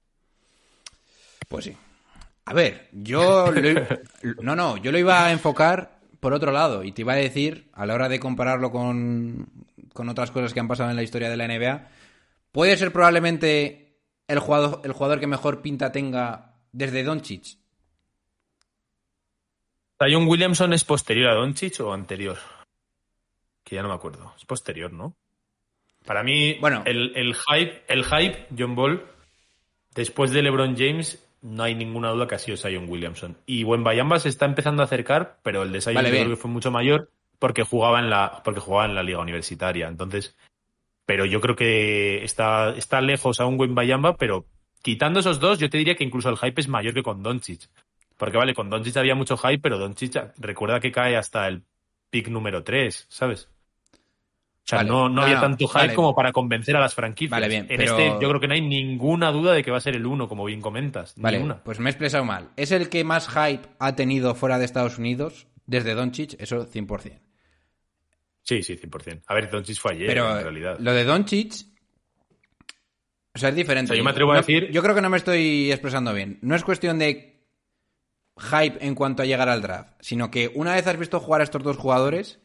Pues sí. A ver, yo lo iba a enfocar por otro lado y te iba a decir, a la hora de compararlo con otras cosas que han pasado en la historia de la NBA, puede ser probablemente el jugador que mejor pinta tenga desde Doncic. ¿Zion Williamson es posterior a Doncic o anterior? Que ya no me acuerdo. Es posterior, ¿no? Para mí, bueno, el hype, John Ball, después de LeBron James, no hay ninguna duda que ha sido Zion Williamson. Y Wembanyama se está empezando a acercar, pero el de Zion yo creo que fue mucho mayor porque jugaba en la liga universitaria. Entonces, pero yo creo que está lejos aún Wembanyama, pero quitando esos dos, yo te diría que incluso el hype es mayor que con Doncic. Porque vale, con Doncic había mucho hype, pero Doncic recuerda que cae hasta el pick número 3, ¿sabes? O sea, no había tanto hype como para convencer a las franquicias. Vale, bien, en este yo creo que no hay ninguna duda de que va a ser el 1, como bien comentas. Vale, ninguna. Pues me he expresado mal. Es el que más hype ha tenido fuera de Estados Unidos desde Doncic, eso 100%. Sí, 100%. A ver, Doncic fue ayer, pero en realidad. Lo de Doncic, o sea, es diferente. O sea, yo me atrevo a decir... Yo creo que no me estoy expresando bien. No es cuestión de hype en cuanto a llegar al draft, sino que una vez has visto jugar a estos dos jugadores...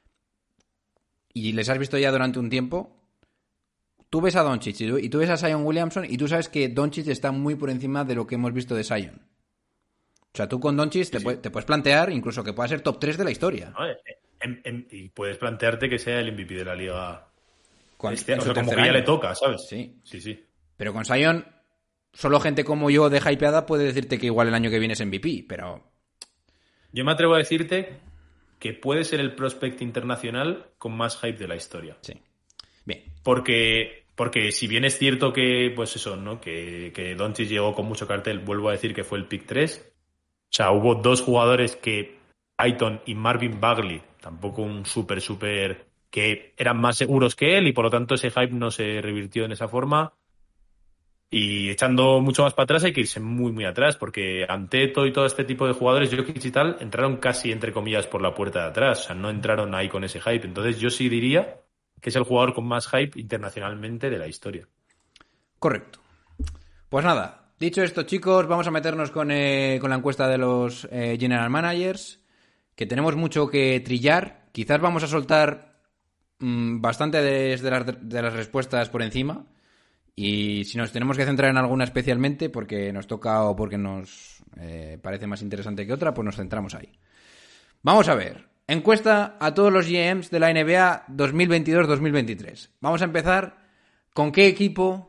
y les has visto ya durante un tiempo, tú ves a Doncic y tú ves a Zion Williamson y tú sabes que Doncic está muy por encima de lo que hemos visto de Zion. O sea, tú con Doncic te puedes plantear incluso que pueda ser top 3 de la historia. No, y puedes plantearte que sea el MVP de la liga. O sea, como que año. ya le toca, ¿sabes? Sí. Sí. Pero con Zion, solo gente como yo de hypeada puede decirte que igual el año que viene es MVP, pero... Yo me atrevo a decirte... que puede ser el prospect internacional con más hype de la historia. Sí. Bien. Porque si bien es cierto que, pues eso, ¿no? Que Doncic llegó con mucho cartel, vuelvo a decir que fue el pick 3. O sea, hubo dos jugadores que, Ayton y Marvin Bagley, tampoco un súper, que eran más seguros que él y por lo tanto ese hype no se revirtió en esa forma. Y echando mucho más para atrás hay que irse muy, muy atrás, porque Anteto y todo este tipo de jugadores, Jokic y tal, entraron casi, entre comillas, por la puerta de atrás. O sea, no entraron ahí con ese hype. Entonces yo sí diría que es el jugador con más hype internacionalmente de la historia. Correcto. Pues nada, dicho esto, chicos, vamos a meternos con la encuesta de los General Managers, que tenemos mucho que trillar. Quizás vamos a soltar bastante de las respuestas por encima. Y si nos tenemos que centrar en alguna especialmente porque nos toca o porque nos parece más interesante que otra, pues nos centramos ahí. Vamos a ver. Encuesta a todos los GMs de la NBA 2022-2023. Vamos a empezar con qué equipo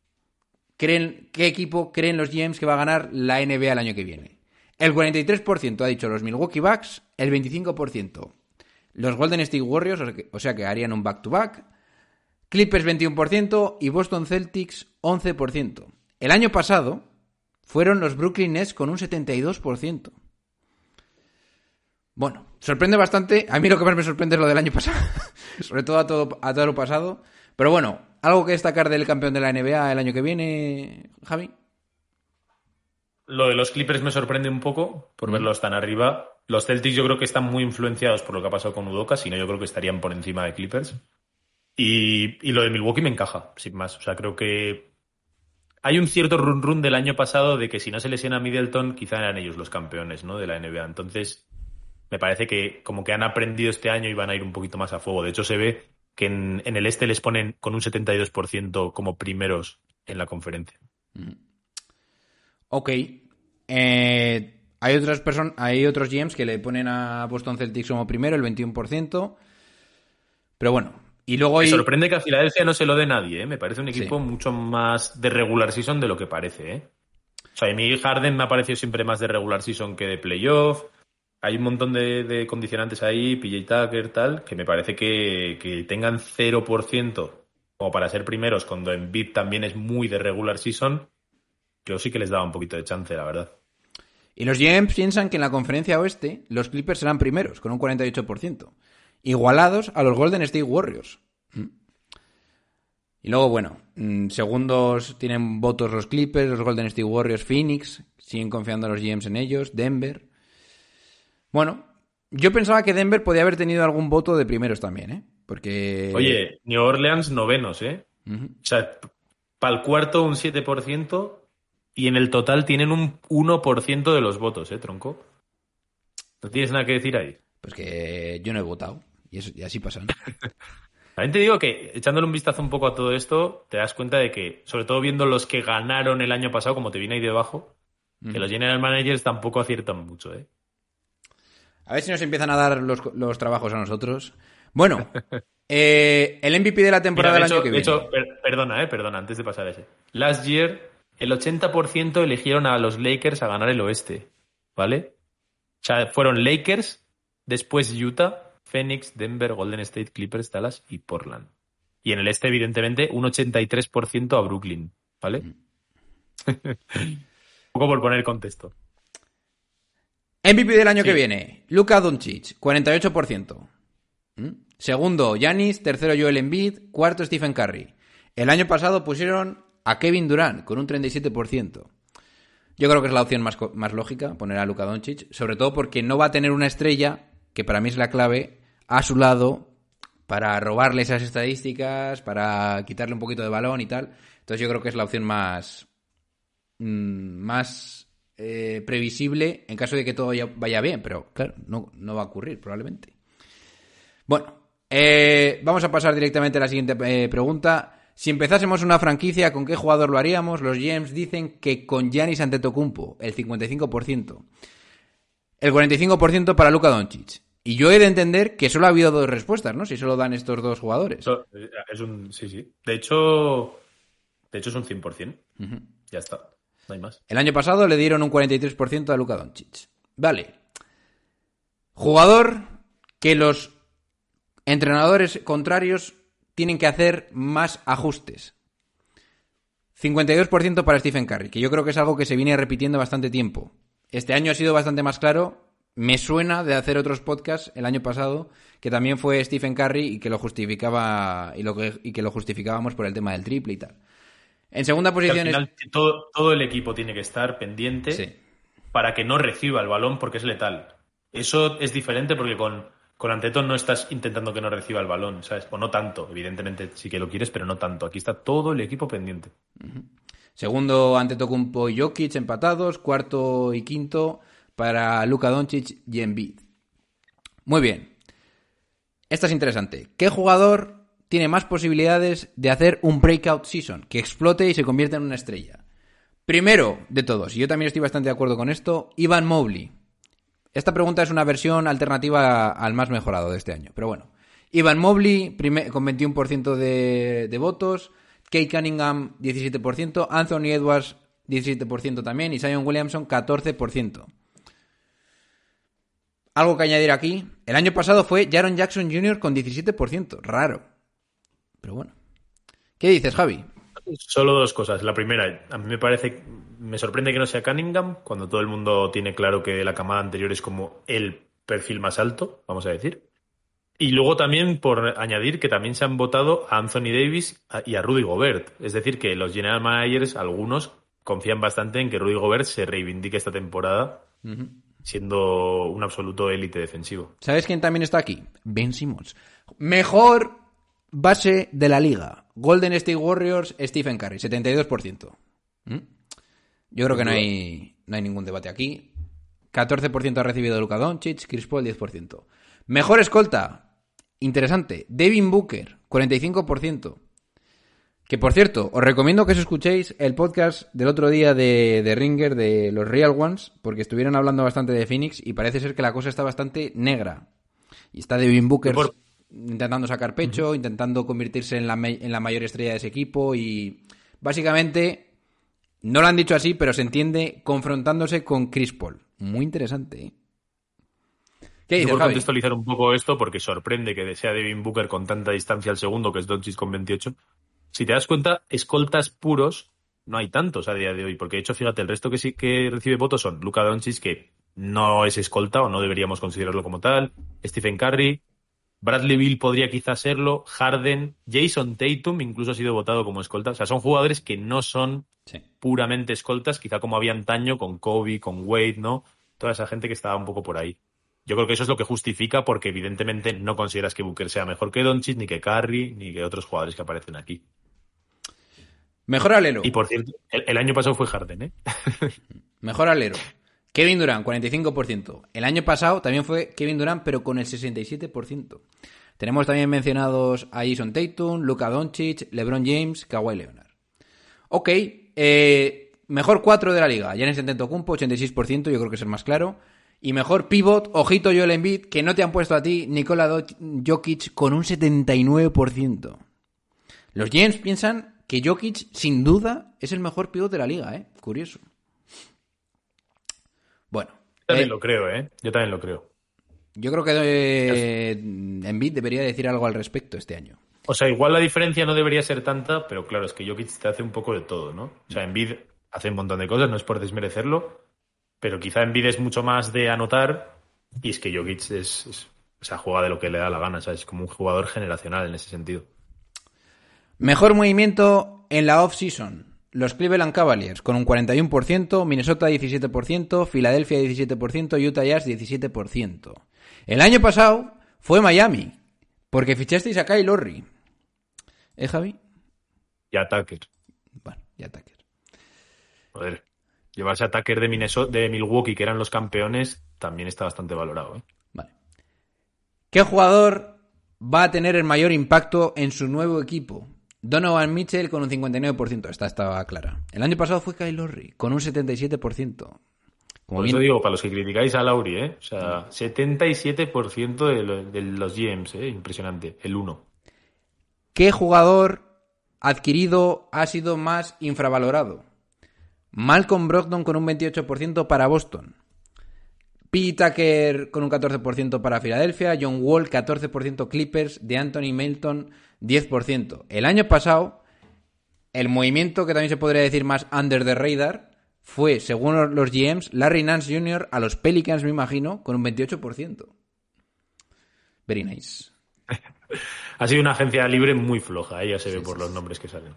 creen los GMs que va a ganar la NBA el año que viene. El 43% ha dicho los Milwaukee Bucks, el 25% los Golden State Warriors, o sea que harían un back-to-back. Clippers 21% y Boston Celtics 11%. El año pasado fueron los Brooklyn Nets con un 72%. Bueno, sorprende bastante. A mí lo que más me sorprende es lo del año pasado. Sobre todo a todo lo pasado. Pero bueno, ¿algo que destacar del campeón de la NBA el año que viene, Javi? Lo de los Clippers me sorprende un poco por verlos tan arriba. Los Celtics yo creo que están muy influenciados por lo que ha pasado con Udoka, si no yo creo que estarían por encima de Clippers. Y lo de Milwaukee me encaja, sin más. O sea, creo que hay un cierto run del año pasado de que si no se lesiona Middleton, quizá eran ellos los campeones, ¿no? De la NBA. Entonces, me parece que como que han aprendido este año y van a ir un poquito más a fuego. De hecho, se ve que en el este les ponen con un 72% como primeros en la conferencia. Ok. Hay otros GMs que le ponen a Boston Celtics como primero, el 21%. Pero bueno. Y luego me sorprende que a Filadelfia no se lo dé nadie, ¿eh? Me parece un equipo mucho más de regular season de lo que parece, ¿eh? O sea, a mí Harden me ha parecido siempre más de regular season que de playoff. Hay un montón de condicionantes ahí, PJ Tucker, tal, que me parece que tengan 0% como para ser primeros cuando Embiid también es muy de regular season. Yo sí que les daba un poquito de chance, la verdad. Y los GMs piensan que en la conferencia oeste los Clippers serán primeros, con un 48%. Igualados a los Golden State Warriors. Y luego, bueno, segundos tienen votos los Clippers, los Golden State Warriors, Phoenix, siguen confiando a los GMs en ellos, Denver. Bueno, yo pensaba que Denver podía haber tenido algún voto de primeros también, ¿eh? Porque... Oye, New Orleans novenos, ¿eh? O sea, para el cuarto un 7% y en el total tienen un 1% de los votos, ¿eh, tronco? ¿No tienes nada que decir ahí? Pues que yo no he votado. Y así pasan. También te digo que, echándole un vistazo un poco a todo esto, te das cuenta de que, sobre todo viendo los que ganaron el año pasado, como te viene ahí debajo, que los general managers tampoco aciertan mucho, ¿eh? A ver si nos empiezan a dar los trabajos a nosotros. Bueno, el MVP de la temporada del año que viene. De hecho, perdona, antes de pasar a ese. Last year, el 80% eligieron a los Lakers a ganar el oeste, ¿vale? O sea, fueron Lakers, después Utah, Phoenix, Denver, Golden State, Clippers, Dallas y Portland. Y en el este, evidentemente, un 83% a Brooklyn, ¿vale? Un poco por poner contexto. MVP del año que viene, Luka Doncic, 48%. Segundo, Giannis. Tercero, Joel Embiid. Cuarto, Stephen Curry. El año pasado pusieron a Kevin Durant con un 37%. Yo creo que es la opción más lógica, poner a Luka Doncic, sobre todo porque no va a tener una estrella, que para mí es la clave, a su lado para robarle esas estadísticas, para quitarle un poquito de balón y tal. Entonces yo creo que es la opción más previsible en caso de que todo vaya bien, pero claro, no va a ocurrir probablemente. Bueno, vamos a pasar directamente a la siguiente pregunta. Si empezásemos una franquicia, ¿con qué jugador lo haríamos? Los GMs dicen que con Giannis Antetokounmpo, el 55%. El 45% para Luka Doncic. Y yo he de entender que solo ha habido 2 respuestas, ¿no? Si solo dan estos 2 jugadores. Sí. De hecho es un 100%. Uh-huh. Ya está. No hay más. El año pasado le dieron un 43% a Luka Doncic. Vale. Jugador que los entrenadores contrarios tienen que hacer más ajustes. 52% para Stephen Curry, que yo creo que es algo que se viene repitiendo bastante tiempo. Este año ha sido bastante más claro. Me suena de hacer otros podcasts el año pasado que también fue Stephen Curry y que lo justificaba y que lo justificábamos por el tema del triple y tal. En segunda posición al final, todo el equipo tiene que estar pendiente para que no reciba el balón porque es letal. Eso es diferente porque con Antetokounmpo no estás intentando que no reciba el balón, ¿sabes? O no tanto, evidentemente sí que lo quieres, pero no tanto. Aquí está todo el equipo pendiente. Uh-huh. Segundo, Antetokounmpo y Jokic empatados. Cuarto y quinto para Luka Doncic y Embiid. Muy bien. Esta es interesante. ¿Qué jugador tiene más posibilidades de hacer un breakout season, que explote y se convierta en una estrella? Primero de todos, y yo también estoy bastante de acuerdo con esto, Evan Mobley. Esta pregunta es una versión alternativa al más mejorado de este año, pero bueno. Evan Mobley con 21% de votos, Kate Cunningham 17%, Anthony Edwards 17% también y Zion Williamson 14%. Algo que añadir aquí, el año pasado fue Jaren Jackson Jr. con 17%, raro. Pero bueno. ¿Qué dices, Javi? Solo 2 cosas. La primera, a mí me sorprende que no sea Cunningham, cuando todo el mundo tiene claro que la camada anterior es como el perfil más alto, vamos a decir. Y luego también por añadir que también se han votado a Anthony Davis y a Rudy Gobert. Es decir, que los general managers, algunos, confían bastante en que Rudy Gobert se reivindique esta temporada, siendo un absoluto élite defensivo. ¿Sabes quién también está aquí? Ben Simmons. Mejor base de la liga. Golden State Warriors, Stephen Curry, 72%. Yo creo que no hay ningún debate aquí. 14% ha recibido Luka Doncic, Chris Paul 10%. Mejor escolta. Interesante. Devin Booker, 45%. Que, por cierto, os recomiendo que os escuchéis el podcast del otro día de Ringer, de los Real Ones, porque estuvieron hablando bastante de Phoenix y parece ser que la cosa está bastante negra. Y está Devin Booker intentando sacar pecho, intentando convertirse en la mayor estrella de ese equipo y básicamente, no lo han dicho así, pero se entiende confrontándose con Chris Paul. Muy interesante, ¿eh? ¿Qué dices, Javi? Por contextualizar un poco esto, porque sorprende que sea Devin Booker con tanta distancia al segundo, que es Doncic con 28. Si te das cuenta, escoltas puros no hay tantos a día de hoy, porque de hecho, fíjate, el resto que sí que recibe votos son Luka Doncic, que no es escolta o no deberíamos considerarlo como tal, Stephen Curry, Bradley Beal podría quizás serlo, Harden, Jason Tatum incluso ha sido votado como escolta. O sea, son jugadores que no son puramente escoltas, quizá como había antaño con Kobe, con Wade, ¿no? Toda esa gente que estaba un poco por ahí. Yo creo que eso es lo que justifica, porque evidentemente no consideras que Booker sea mejor que Doncic, ni que Curry, ni que otros jugadores que aparecen aquí. Mejor alero. Y por cierto, el año pasado fue Harden, ¿eh? Mejor alero. Kevin Durant, 45%. El año pasado también fue Kevin Durant, pero con el 67%. Tenemos también mencionados a Jason Tatum, Luka Doncic, LeBron James, Kawhi Leonard. Ok, mejor 4 de la liga. Giannis Antetokounmpo, 86%, yo creo que es el más claro. Y mejor pivot, ojito Joel Embiid, que no te han puesto a ti, Nikola Jokic, con un 79%. Los James piensan que Jokic, sin duda, es el mejor pívot de la liga, ¿eh? Curioso. Bueno. Yo también lo creo, ¿eh? Yo también lo creo. Yo creo que Embiid debería decir algo al respecto este año. O sea, igual la diferencia no debería ser tanta, pero claro, es que Jokic te hace un poco de todo, ¿no? O sea, Embiid hace un montón de cosas, no es por desmerecerlo, pero quizá Embiid es mucho más de anotar y es que Jokic o sea, juega de lo que le da la gana, ¿sabes? Es como un jugador generacional en ese sentido. Mejor movimiento en la off-season. Los Cleveland Cavaliers con un 41%, Minnesota 17%, Filadelfia 17%, Utah Jazz 17%. El año pasado fue Miami, porque fichasteis a Kyle Lowry. Javi? Y a Tucker. Bueno, ya Tucker. Joder, llevarse a Tucker de Milwaukee, que eran los campeones, también está bastante valorado, ¿eh? Vale. ¿Qué jugador va a tener el mayor impacto en su nuevo equipo? Donovan Mitchell con un 59%. Esta estaba clara. El año pasado fue Kyle Lowry con un 77%. Por eso digo, para los que criticáis a Lowry, ¿eh? O sea, 77% de los GMs, ¿eh? Impresionante. El 1. ¿Qué jugador adquirido ha sido más infravalorado? Malcolm Brogdon con un 28% para Boston. P. Tucker con un 14% para Filadelfia. John Wall 14% Clippers. De Anthony Melton 10%. El año pasado, el movimiento que también se podría decir más under the radar fue, según los GMs, Larry Nance Jr. a los Pelicans, me imagino, con un 28%. Very nice. Ha sido una agencia libre muy floja, ya se ve por los nombres que salen.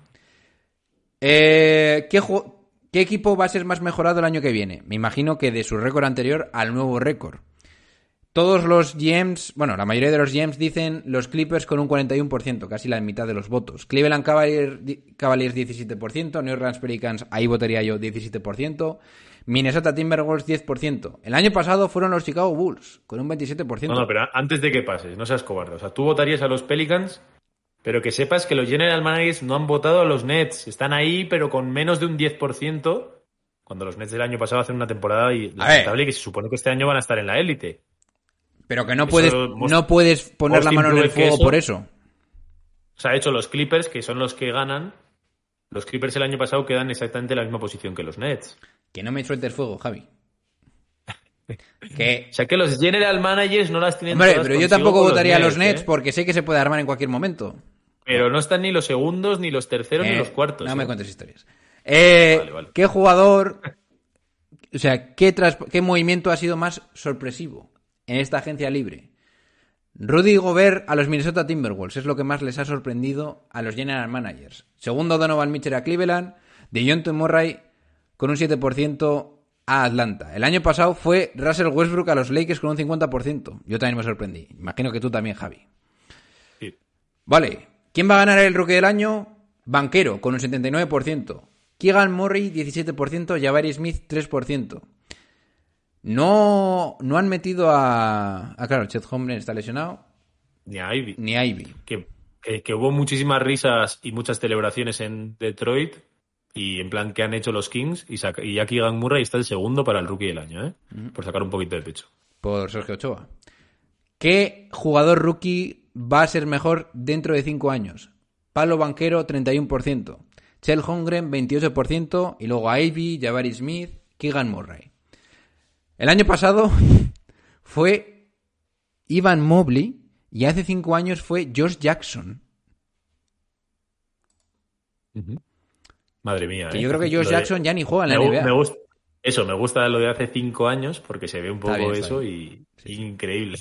¿Qué equipo va a ser más mejorado el año que viene? Me imagino que de su récord anterior al nuevo récord. Todos los GMs, bueno, la mayoría de los GMs dicen los Clippers con un 41%, casi la mitad de los votos. Cleveland Cavaliers 17%, New Orleans Pelicans, ahí votaría yo, 17%. Minnesota Timberwolves 10%. El año pasado fueron los Chicago Bulls, con un 27%. No, pero antes de que pases, no seas cobarde. O sea, tú votarías a los Pelicans, pero que sepas que los General Managers no han votado a los Nets. Están ahí, pero con menos de un 10%, cuando los Nets del año pasado hacen una temporada lamentable que se supone que este año van a estar en la élite. Pero que no puedes poner la mano en el fuego por eso. O sea, de hecho, los Clippers, que son los que ganan, los Clippers el año pasado quedan exactamente en la misma posición que los Nets. Que no me sueltes fuego, Javi. O sea, que los General Managers no las tienen Hombre, todas pero yo consigo tampoco con votaría a los Nets, Nets porque sé que se puede armar en cualquier momento. Pero no están ni los segundos, ni los terceros, ni los cuartos. No me cuentes historias. Vale. ¿Qué jugador... O sea, ¿qué movimiento ha sido más sorpresivo en esta agencia libre? Rudy Gobert a los Minnesota Timberwolves es lo que más les ha sorprendido a los General Managers. Segundo, Donovan Mitchell a Cleveland. DeJounte Murray con un 7% a Atlanta. El año pasado fue Russell Westbrook a los Lakers con un 50%. Yo también me sorprendí. Imagino que tú también, Javi. Sí. Vale. ¿Quién va a ganar el Rookie del Año? Banquero con un 79%. Keegan Murray 17%. Jabari Smith 3%. No han metido a... claro, Chet Holmgren está lesionado. Ni a Ivy. Ni a Ivy. Que hubo muchísimas risas y muchas celebraciones en Detroit y en plan que han hecho los Kings y ya Keegan Murray está el segundo para el Rookie del Año, ¿eh? Por sacar un poquito de pecho. Por Sergio Ochoa. ¿Qué jugador rookie va a ser mejor dentro de 5 años? Palo Banquero 31%. Chet Holmgren 28% y luego Ivy, Jabari Smith, Keegan Murray. El año pasado fue Evan Mobley y hace 5 años fue Josh Jackson. Madre mía. Que yo creo que Josh Jackson ya ni juega en la NBA. Me gusta lo de hace 5 años porque se ve un poco bien, eso y increíble.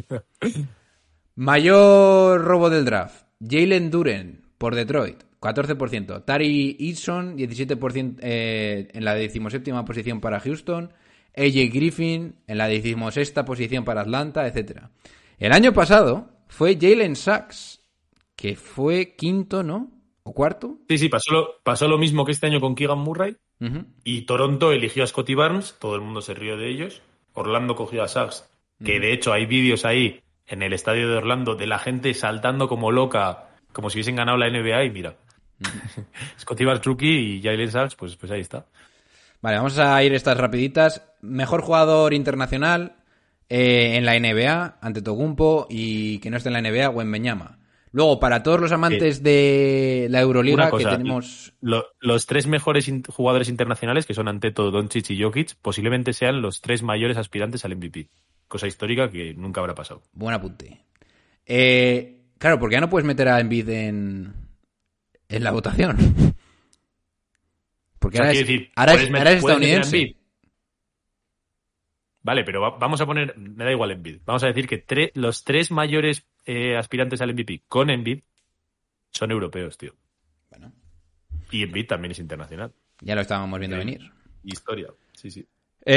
Mayor robo del draft. Jalen Duren por Detroit, 14%. Tari Eason, 17% en la 17ª posición para Houston. AJ Griffin en la 16ª posición para Atlanta, etc. El año pasado fue Jalen Sachs, que fue quinto, ¿no? ¿O cuarto? Sí, pasó lo mismo que este año con Keegan Murray. Y Toronto eligió a Scottie Barnes, todo el mundo se rió de ellos. Orlando cogió a Sachs, que de hecho hay vídeos ahí en el estadio de Orlando de la gente saltando como loca, como si hubiesen ganado la NBA y mira. Scottie Barnes rookie y Jalen Sachs, pues ahí está. Vale, vamos a ir estas rapiditas. Mejor jugador internacional en la NBA, Antetokounmpo, y que no esté en la NBA, Wembanyama. Luego, para todos los amantes de la Euroliga, Una cosa, que tenemos... Los 3 mejores jugadores internacionales, que son Antetokounmpo, Doncic y Jokic, posiblemente sean los 3 mayores aspirantes al MVP. Cosa histórica que nunca habrá pasado. Buen apunte. Claro, porque ya no puedes meter a Embiid en la votación. Porque O sea, ahora quiero decir, es puedes meter a estadounidense. Embiid. Vale, pero vamos a poner, me da igual Embiid. Vamos a decir que los 3 mayores aspirantes al MVP con Embiid son europeos, tío. Bueno, Y Embiid también es internacional. ya lo estábamos viendo venir. Historia, sí.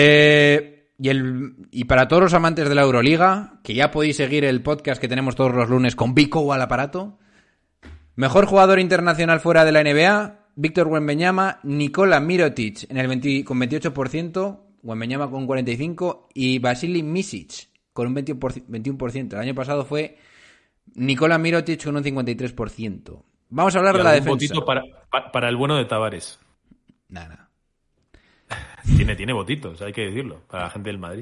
Y para todos los amantes de la Euroliga, que ya podéis seguir el podcast que tenemos todos los lunes con Vico al aparato. Mejor jugador internacional fuera de la NBA, Víctor Wembanyama, Nikola Mirotic con 28%, Wembanyama con 45% y Vasily Micic con un 21%. El año pasado fue Nikola Mirotic con un 53%. Vamos a hablar Y de la algún defensa. votito para el bueno de Tavares. Nada. Tiene votitos, hay que decirlo, para la gente del Madrid.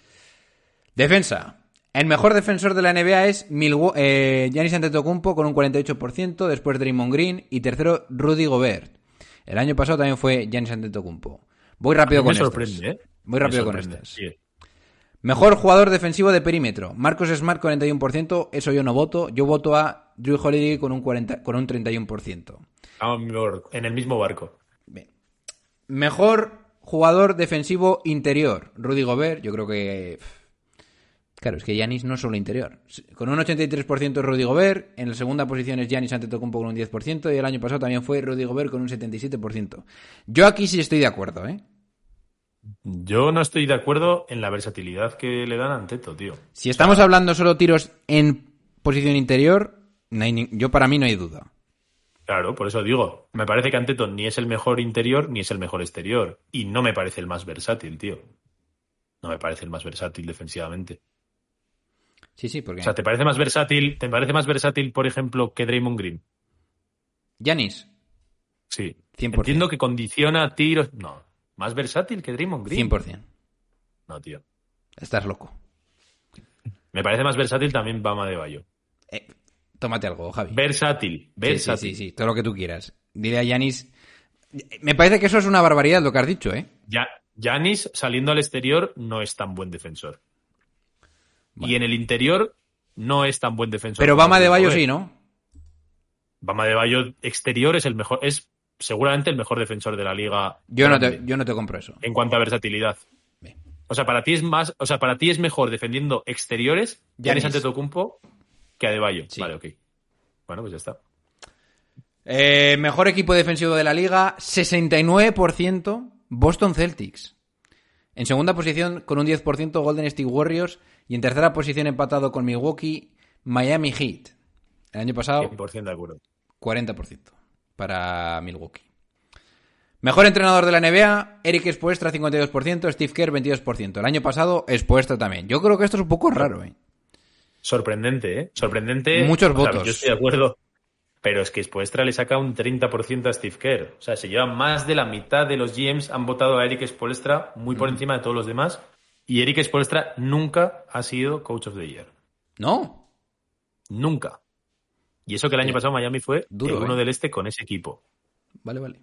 Defensa. El mejor defensor de la NBA es Giannis Antetokounmpo con un 48%, después Draymond Green y tercero Rudy Gobert. El año pasado también fue Giannis Antetokounmpo. Voy rápido con estas. Me sorprende, ¿eh? Voy rápido Me con sorprende, estas. sí. Mejor jugador defensivo de perímetro. Marcus Smart 41%, eso yo no voto. Yo voto a Drew Holiday con un 31%. Vamos en el mismo barco. Bien. Mejor jugador defensivo interior. Rudy Gobert, yo creo que... Claro, es que Giannis no es solo interior. Con un 83% es Rudy Gobert, en la segunda posición es Giannis Antetokounmpo con un 10% y el año pasado también fue Rudy Gobert con un 77%. Yo aquí sí estoy de acuerdo, ¿eh? Yo no estoy de acuerdo en la versatilidad que le dan a Anteto, tío. Si estamos hablando solo tiros en posición interior, yo para mí no hay duda. Claro, por eso digo, me parece que Anteto ni es el mejor interior ni es el mejor exterior. Y no me parece el más versátil, tío. No me parece el más versátil defensivamente. Sí, porque... O sea, ¿te parece más versátil, por ejemplo, que Draymond Green? Giannis, Sí. 100%. Entiendo que condiciona tiros... No. ¿Más versátil que Draymond Green? 100%. No, tío. Estás loco. Me parece más versátil también Bama de Bayo. Tómate algo, Javi. Versátil. Sí, todo lo que tú quieras. Dile a Giannis... Me parece que eso es una barbaridad lo que has dicho, ¿eh? Giannis, saliendo al exterior, no es tan buen defensor. Bueno. Y en el interior no es tan buen defensor. Pero Bama de Bayo sí, ¿no? Bama de Bayo exterior es el mejor, es seguramente el mejor defensor de la liga. Yo no te compro eso. En cuanto a versatilidad. Bien. O sea, para ti es mejor defendiendo exteriores Giannis Antetokounmpo que Adebayo. Sí. Vale, ok. Bueno, pues ya está. Mejor equipo defensivo de la liga, 69% Boston Celtics. En segunda posición, con un 10%, Golden State Warriors. Y en tercera posición, empatado con Milwaukee, Miami Heat. El año pasado, 100% de acuerdo. 40% para Milwaukee. Mejor entrenador de la NBA, Eric Spoelstra, 52%, Steve Kerr, 22%. El año pasado, Spoelstra también. Yo creo que esto es un poco raro, ¿eh? Sorprendente, ¿eh? Sorprendente. Muchos O sea, votos. Yo estoy de acuerdo. Pero es que Spoelstra le saca un 30% a Steve Kerr. O sea, se lleva más de la mitad de los GMs han votado a Eric Spoelstra muy por encima de todos los demás. Y Eric Spoelstra nunca ha sido Coach of the Year. ¿No? Nunca. Y eso que el año pasado Miami fue Duro, el uno del este con ese equipo. Vale.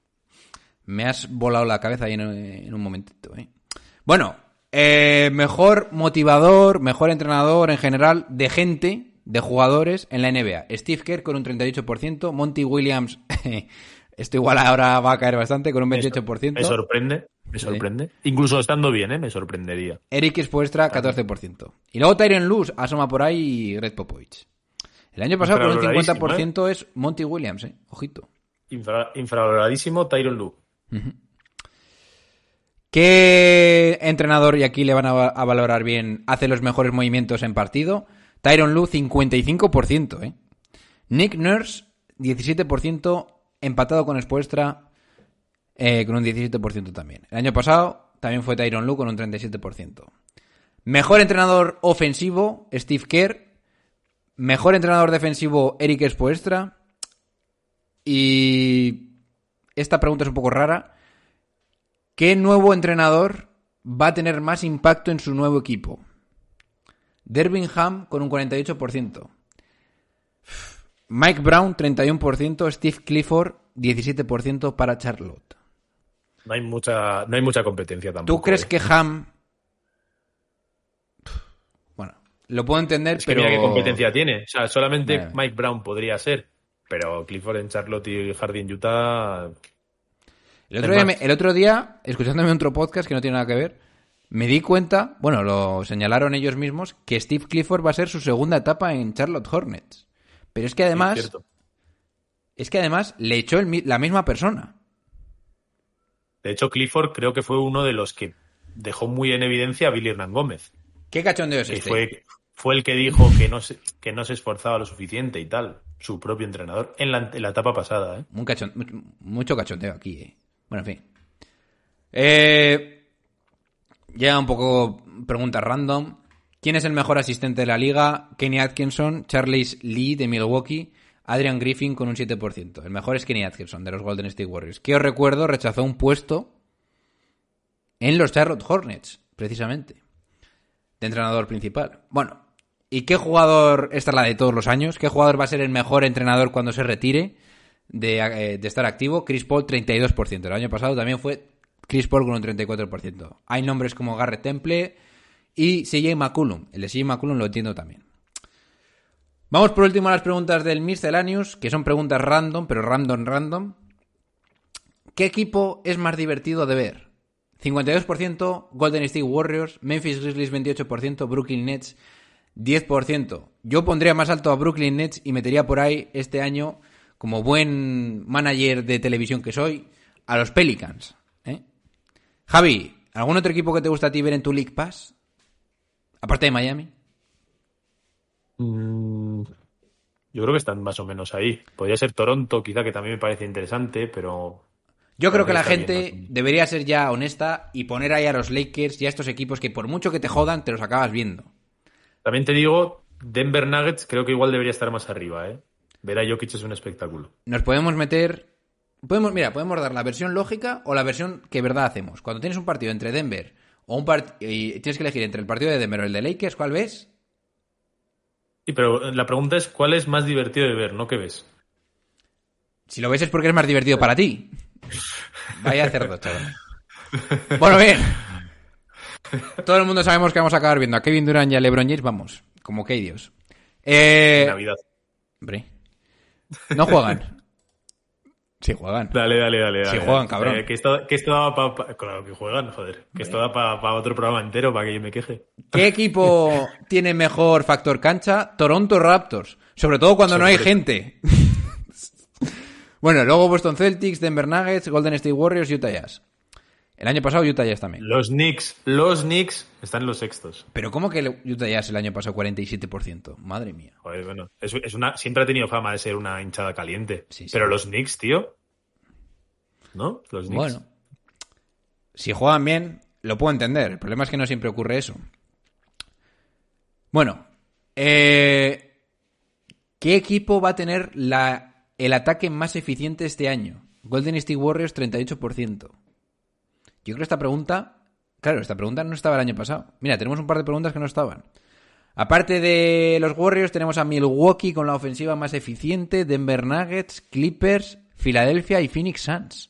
Me has volado la cabeza ahí en un momentito, ¿eh? Bueno, mejor motivador, mejor entrenador en general de gente, de jugadores en la NBA. Steve Kerr con un 38%, Monty Williams, esto igual ahora va a caer bastante, con un 28%. Me sorprende. Sí. Incluso estando bien, me sorprendería. Eric Spoelstra, 14%. Y luego Tyronn Lue asoma por ahí y Greg Popovich. El año pasado con un 50% es Monty Williams, ojito. Infravaloradísimo Tyronn Lue. Uh-huh. ¿Qué entrenador, y aquí le van a valorar bien, hace los mejores movimientos en partido? Tyronn Lue, 55%, Nick Nurse, 17%, empatado con Spoelstra, con un 17% también. El año pasado también fue Tyronn Lue con un 37%. Mejor entrenador ofensivo, Steve Kerr. Mejor entrenador defensivo, Eric Spoelstra. Y esta pregunta es un poco rara. ¿Qué nuevo entrenador va a tener más impacto en su nuevo equipo? Darvin Ham con un 48%. Mike Brown, 31%, Steve Clifford, 17% para Charlotte. No hay mucha competencia tampoco. ¿Tú crees que Ham... Bueno, lo puedo entender, es que pero... mira qué competencia tiene. O sea, solamente Mike Brown podría ser, pero Clifford en Charlotte y Hardy en Utah... El otro día, escuchándome otro podcast que no tiene nada que ver, me di cuenta, bueno, lo señalaron ellos mismos, que Steve Clifford va a ser su segunda etapa en Charlotte Hornets. Pero es que además... le echó la misma persona. De hecho, Clifford creo que fue uno de los que dejó muy en evidencia a Billy Hernán Gómez. ¿Qué cachondeo es que este? Fue el que dijo que no se esforzaba lo suficiente y tal. Su propio entrenador en la etapa pasada, ¿eh? Mucho cachondeo aquí, ¿eh? Bueno, en fin. Ya un poco preguntas random. ¿Quién es el mejor asistente de la liga? Kenny Atkinson, Charles Lee de Milwaukee, Adrian Griffin con un 7%. El mejor es Kenny Atkinson de los Golden State Warriors, que os recuerdo rechazó un puesto en los Charlotte Hornets, precisamente, de entrenador principal. Bueno, ¿y qué jugador, esta es la de todos los años, qué jugador va a ser el mejor entrenador cuando se retire de estar activo? Chris Paul, 32%. El año pasado también fue Chris Paul con un 34%. Hay nombres como Garrett Temple y CJ McCollum. El de CJ McCollum lo entiendo también. Vamos por último a las preguntas del Miscellaneous, que son preguntas random, pero random. ¿Qué equipo es más divertido de ver? 52% Golden State Warriors, Memphis Grizzlies 28%, Brooklyn Nets 10%. Yo pondría más alto a Brooklyn Nets y metería por ahí este año, como buen manager de televisión que soy, a los Pelicans. Javi, ¿algún otro equipo que te gusta a ti ver en tu League Pass? Aparte de Miami. Yo creo que están más o menos ahí. Podría ser Toronto, quizá, que también me parece interesante, pero... Yo creo que la gente debería ser ya honesta y poner ahí a los Lakers y a estos equipos que por mucho que te jodan, te los acabas viendo. También te digo, Denver Nuggets creo que igual debería estar más arriba, ¿eh? Ver a Jokic es un espectáculo. Nos podemos meter... Podemos dar la versión lógica o la versión que verdad hacemos. Cuando tienes un partido entre Denver y tienes que elegir entre el partido de Denver o el de Lakers, ¿cuál ves? Sí, pero la pregunta es ¿cuál es más divertido de ver, no qué ves? Si lo ves es porque es más divertido para ti. Vaya cerdo, chaval. Bueno, bien. Todo el mundo sabemos que vamos a acabar viendo a Kevin Durant y a LeBron James, vamos, como que Dios. Navidad. Hombre. No juegan. Sí juegan. Dale. Sí juegan, cabrón. Que esto daba para... Claro que juegan, joder. Que esto da para otro programa entero, para que yo me queje. ¿Qué equipo tiene mejor factor cancha? Toronto Raptors. Sobre todo cuando no hay gente. Bueno, luego Boston Celtics, Denver Nuggets, Golden State Warriors, Utah Jazz. El año pasado Utah Jazz también. Los Knicks están en los sextos. Pero ¿cómo que Utah Jazz el año pasado 47%? Madre mía. Joder, bueno, siempre ha tenido fama de ser una hinchada caliente. Sí. Pero los Knicks, tío... ¿No? Los Knicks. Bueno, si juegan bien, lo puedo entender. El problema es que no siempre ocurre eso. Bueno, ¿qué equipo va a tener el ataque más eficiente este año? Golden State Warriors, 38%. Yo creo que esta pregunta no estaba el año pasado. Mira, tenemos un par de preguntas que no estaban. Aparte de los Warriors, tenemos a Milwaukee con la ofensiva más eficiente, Denver Nuggets, Clippers, Filadelfia y Phoenix Suns.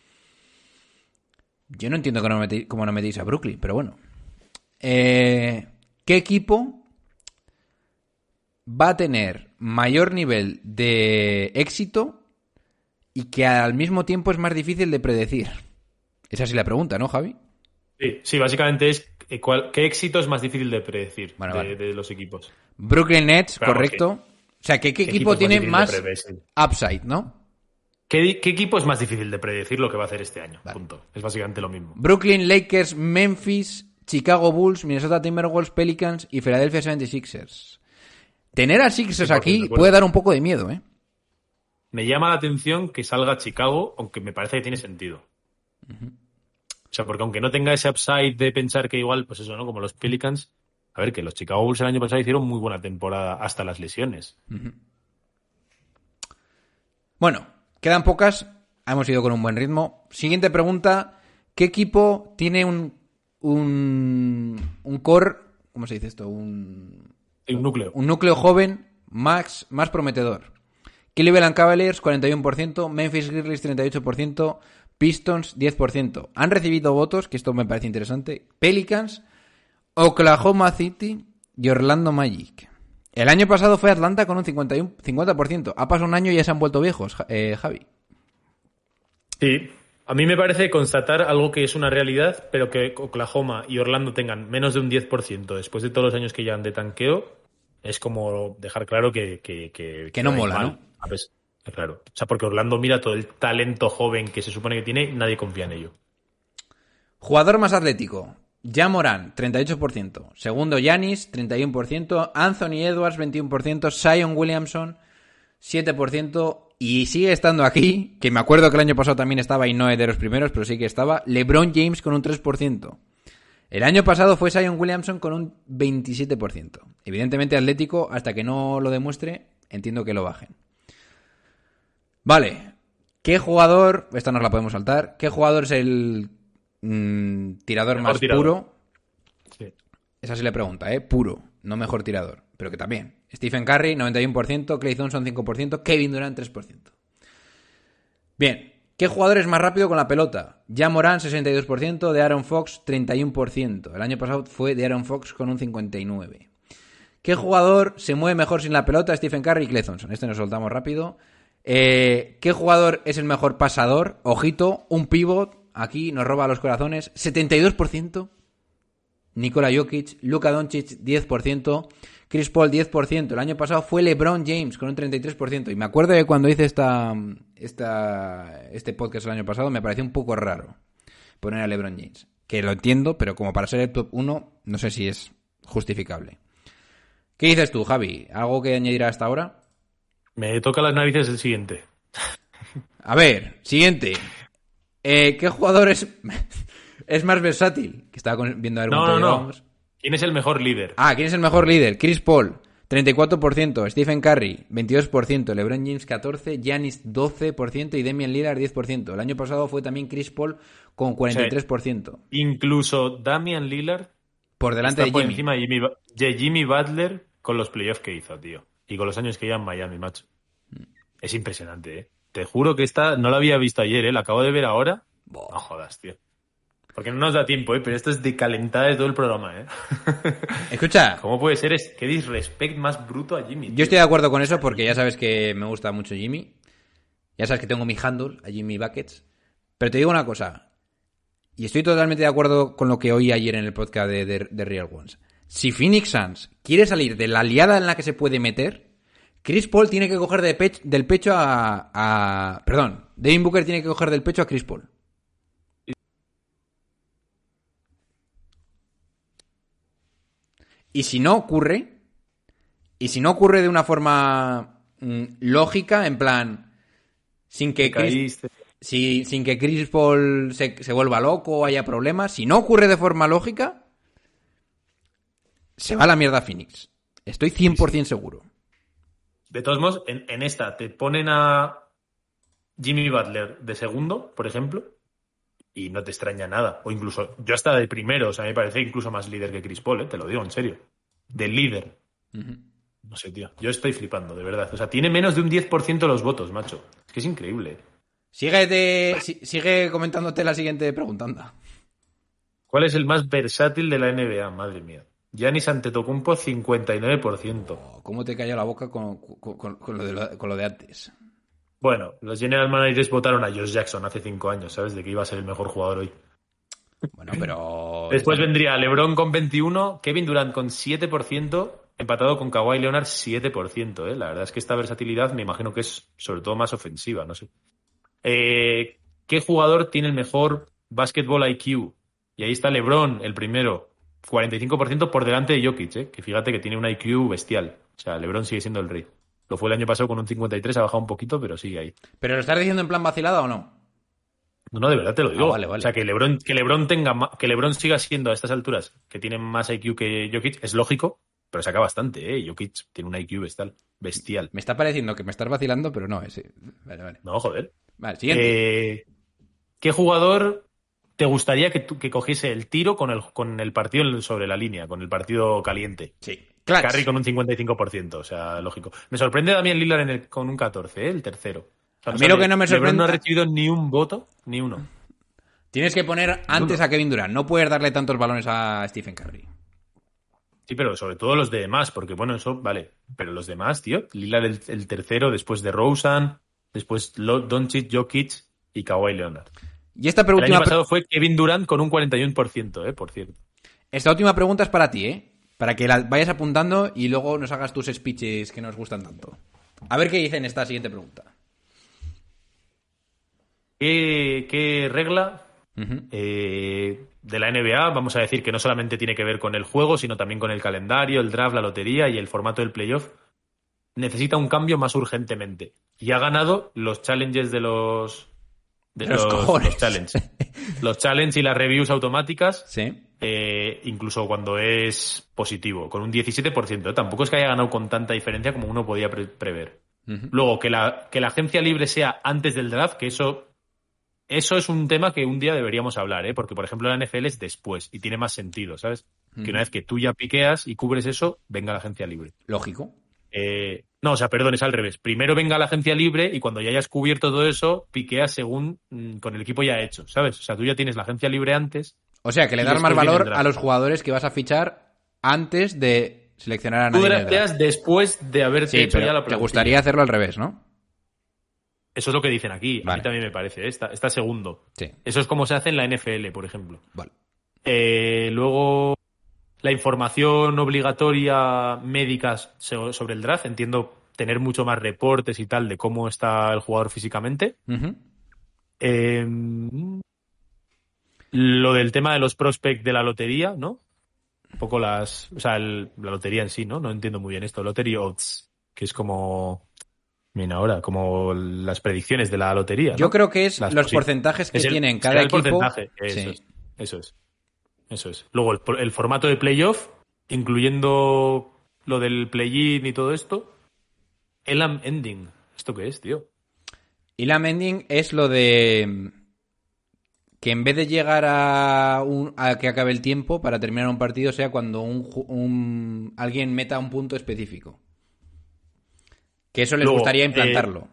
Yo no entiendo cómo no metéis a Brooklyn, pero bueno. ¿Qué equipo va a tener mayor nivel de éxito y que al mismo tiempo es más difícil de predecir? Esa sí la pregunta, ¿no, Javi? Sí, básicamente es ¿qué éxito es más difícil de predecir de los equipos? Brooklyn Nets, pero correcto. O sea, ¿qué equipo tiene más upside, no? ¿Qué equipo es más difícil de predecir lo que va a hacer este año? Vale. Punto. Es básicamente lo mismo. Brooklyn, Lakers, Memphis, Chicago Bulls, Minnesota Timberwolves, Pelicans y Philadelphia 76ers. Tener a Sixers aquí puede dar un poco de miedo, ¿eh? Me llama la atención que salga Chicago, aunque me parece que tiene sentido. Uh-huh. O sea, porque aunque no tenga ese upside de pensar que igual, pues eso, ¿no? Como los Pelicans. A ver, que los Chicago Bulls el año pasado hicieron muy buena temporada hasta las lesiones. Uh-huh. Bueno, quedan pocas. Hemos ido con un buen ritmo. Siguiente pregunta. ¿Qué equipo tiene un core... ¿Cómo se dice esto? Un núcleo. Un núcleo joven más prometedor. Cleveland Cavaliers 41%, Memphis Grizzlies 38%, Pistons 10%. Han recibido votos, que esto me parece interesante, Pelicans, Oklahoma City y Orlando Magic. El año pasado fue Atlanta con un 50%. Ha pasado un año y ya se han vuelto viejos, Javi. Sí, a mí me parece constatar algo que es una realidad, pero que Oklahoma y Orlando tengan menos de un 10% después de todos los años que llevan de tanqueo, es como dejar claro que no mola, mal, ¿no? ¿Sabes? Claro. O sea, porque Orlando mira todo el talento joven que se supone que tiene y nadie confía en ello. Jugador más atlético. Ja Morant, 38%. Segundo, Giannis, 31%. Anthony Edwards, 21%. Zion Williamson, 7%. Y sigue estando aquí, que me acuerdo que el año pasado también estaba y no es de los primeros, pero sí que estaba, LeBron James con un 3%. El año pasado fue Zion Williamson con un 27%. Evidentemente atlético, hasta que no lo demuestre, entiendo que lo bajen. Vale. ¿Qué jugador, esta nos la podemos saltar, qué jugador es el tirador mejor más tirador. puro? Sí. Esa sí le pregunta, puro, no mejor tirador, pero que también. Stephen Curry, 91%, Klay Thompson, 5%, Kevin Durant, 3%. Bien, ¿qué jugador es más rápido con la pelota? Ja Morant, 62%, De'Aaron Fox, 31%. El año pasado fue De'Aaron Fox con un 59%. ¿Qué jugador se mueve mejor sin la pelota? Stephen Curry y Klay Thompson. Este nos soltamos rápido. ¿Qué jugador es el mejor pasador? Ojito, un pivot, aquí nos roba los corazones, 72%. Nikola Jokic, Luka Doncic, 10%, Chris Paul, 10%. El año pasado fue LeBron James con un 33%. Y me acuerdo de cuando hice este podcast el año pasado, me pareció un poco raro poner a LeBron James. Que lo entiendo, pero como para ser el top 1, no sé si es justificable. ¿Qué dices tú, Javi? ¿Algo que añadir hasta ahora? Me toca las narices el siguiente. A ver, siguiente. ¿Qué jugador es más versátil? Que estaba viendo algún No. ¿Quién es el mejor líder? ¿Quién es el mejor líder? Chris Paul, 34%. Stephen Curry, 22%. LeBron James, 14%. Giannis, 12%. Y Damian Lillard, 10%. El año pasado fue también Chris Paul con 43%. O sea, incluso Damian Lillard por delante está de por Jimmy. encima de Jimmy Butler con los playoffs que hizo, tío. Y con los años que lleva en Miami, macho. Es impresionante, ¿eh? Te juro que esta no la había visto ayer, ¿eh? La acabo de ver ahora. No jodas, tío. Porque no nos da tiempo, ¿eh? Pero esto es de calentada de todo el programa, ¿eh? Escucha. ¿Cómo puede ser? Qué disrespect más bruto a Jimmy, tío. Yo estoy de acuerdo con eso porque ya sabes que me gusta mucho Jimmy. Ya sabes que tengo mi handle, a Jimmy Buckets. Pero te digo una cosa. Y estoy totalmente de acuerdo con lo que oí ayer en el podcast de Real Ones. Si Phoenix Suns quiere salir de la liada en la que se puede meter, Chris Paul tiene que coger del pecho Perdón, Devin Booker tiene que coger del pecho a Chris Paul. Y si no ocurre de una forma lógica, en plan, sin que Chris Paul se vuelva loco o haya problemas, si no ocurre de forma lógica, se va a la mierda Phoenix. Estoy 100% seguro. De todos modos, en esta te ponen a Jimmy Butler de segundo, por ejemplo, y no te extraña nada. O incluso, yo hasta de primero, o sea, me parece incluso más líder que Chris Paul, te lo digo en serio. De líder. Uh-huh. No sé, tío. Yo estoy flipando, de verdad. O sea, tiene menos de un 10% de los votos, macho. Es que es increíble. Sigue comentándote la siguiente pregunta, anda. ¿Cuál es el más versátil de la NBA? Madre mía. Giannis Antetokounmpo, 59%. Oh, ¿cómo te cayó la boca con lo de antes? Bueno, los General Managers votaron a Josh Jackson hace 5 años, ¿sabes? De que iba a ser el mejor jugador hoy. Bueno, pero... Después vendría LeBron con 21%, Kevin Durant con 7%, empatado con Kawhi Leonard 7%, ¿eh? La verdad es que esta versatilidad me imagino que es sobre todo más ofensiva, no sé. ¿Qué jugador tiene el mejor basketball IQ? Y ahí está LeBron, el primero, 45% por delante de Jokic, ¿eh? Que fíjate que tiene un IQ bestial. O sea, LeBron sigue siendo el rey. Lo fue el año pasado con un 53%, ha bajado un poquito, pero sigue ahí. ¿Pero lo estás diciendo en plan vacilada o no? No, de verdad te lo digo. Vale. O sea, que LeBron siga siendo a estas alturas, que tiene más IQ que Jokic, es lógico, pero saca bastante, ¿eh? Jokic tiene un IQ bestial. Me está pareciendo que me estás vacilando, pero no, ese. Vale. No, joder. Vale, siguiente. ¿Qué jugador te gustaría que cogiese el tiro con el partido sobre la línea, con el partido caliente? Sí. Clutch. Curry con un 55%, o sea, lógico. Me sorprende Damian Lillard con un 14, el tercero. O sea, A mí lo que no me LeBron sorprende... no ha recibido ni un voto, ni uno. Tienes que poner antes a Kevin Durant. No puedes darle tantos balones a Stephen Curry. Sí, pero sobre todo los demás, porque bueno, eso vale. Pero los demás, tío, Lillard el tercero, después de Rosen, después Doncic, Jokic y Kawhi Leonard. Y esta El año última... pasado fue Kevin Durant con un 41%, por cierto. Esta última pregunta es para ti, ¿eh? Para que la vayas apuntando y luego nos hagas tus speeches que nos gustan tanto. A ver qué dice en esta siguiente pregunta. ¿Qué regla de la NBA, vamos a decir que no solamente tiene que ver con el juego, sino también con el calendario, el draft, la lotería y el formato del playoff, necesita un cambio más urgentemente? Y ha ganado los challenges de los challenges. Los challenges y las reviews automáticas, Sí. incluso cuando es positivo, con un 17%. Tampoco es que haya ganado con tanta diferencia como uno podía prever. Luego, que la agencia libre sea antes del draft, que eso es un tema que un día deberíamos hablar, porque, por ejemplo, la NFL es después y tiene más sentido, ¿sabes? Que una vez que tú ya piqueas y cubres eso, venga la agencia libre. Lógico. No, o sea, perdón, es al revés. Primero venga la agencia libre y cuando ya hayas cubierto todo eso, piqueas según con el equipo ya hecho, ¿sabes? O sea, tú ya tienes la agencia libre antes. O sea, que le das más valor a los jugadores que vas a fichar antes de seleccionar a nadie. Tú drafteas después de haberte hecho ya la plantilla. Te gustaría hacerlo al revés, ¿no? Eso es lo que dicen aquí. Vale. A mí también me parece. Está segundo. Sí. Eso es como se hace en la NFL, por ejemplo. Vale. Luego, la información obligatoria médica sobre el draft. Entiendo tener mucho más reportes y tal de cómo está el jugador físicamente. Lo del tema de los prospects de la lotería, ¿no? Un poco la lotería en sí, ¿no? No entiendo muy bien esto. Lottery odds, que es como... Mira, ahora, como las predicciones de la lotería, ¿no? Yo creo que es los porcentajes que tienen cada equipo. Porcentaje. Eso es. Luego, el formato de playoff, incluyendo lo del play-in y todo esto. Elam Ending. ¿Esto qué es, tío? Elam Ending es lo de que en vez de llegar a que acabe el tiempo para terminar un partido, sea cuando alguien meta un punto específico. Que eso les gustaría implantarlo.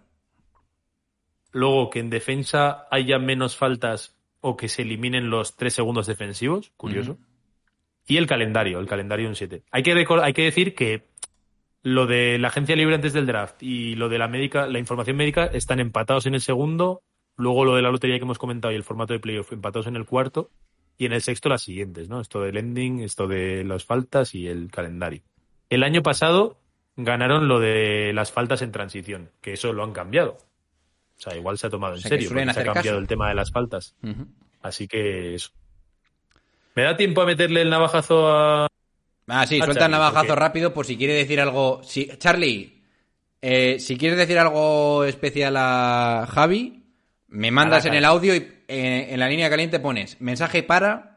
Luego, que en defensa haya menos faltas o que se eliminen los 3 segundos defensivos. Curioso. Y el calendario un 7. Hay que decir que lo de la agencia libre antes del draft y lo de la información médica están empatados en el segundo. Luego lo de la lotería que hemos comentado y el formato de playoff empatados en el cuarto. Y en el sexto las siguientes, ¿no? Esto del ending, esto de las faltas y el calendario. El año pasado ganaron lo de las faltas en transición, que eso lo han cambiado. O sea, igual se ha tomado en serio, porque se ha cambiado el tema de las faltas. Así que eso. ¿Me da tiempo a meterle el navajazo a... Sí, suelta el navajazo rápido por si quiere decir algo... Charlie, si quieres decir algo especial a Javi, me mandas en el audio y en la línea caliente pones mensaje para...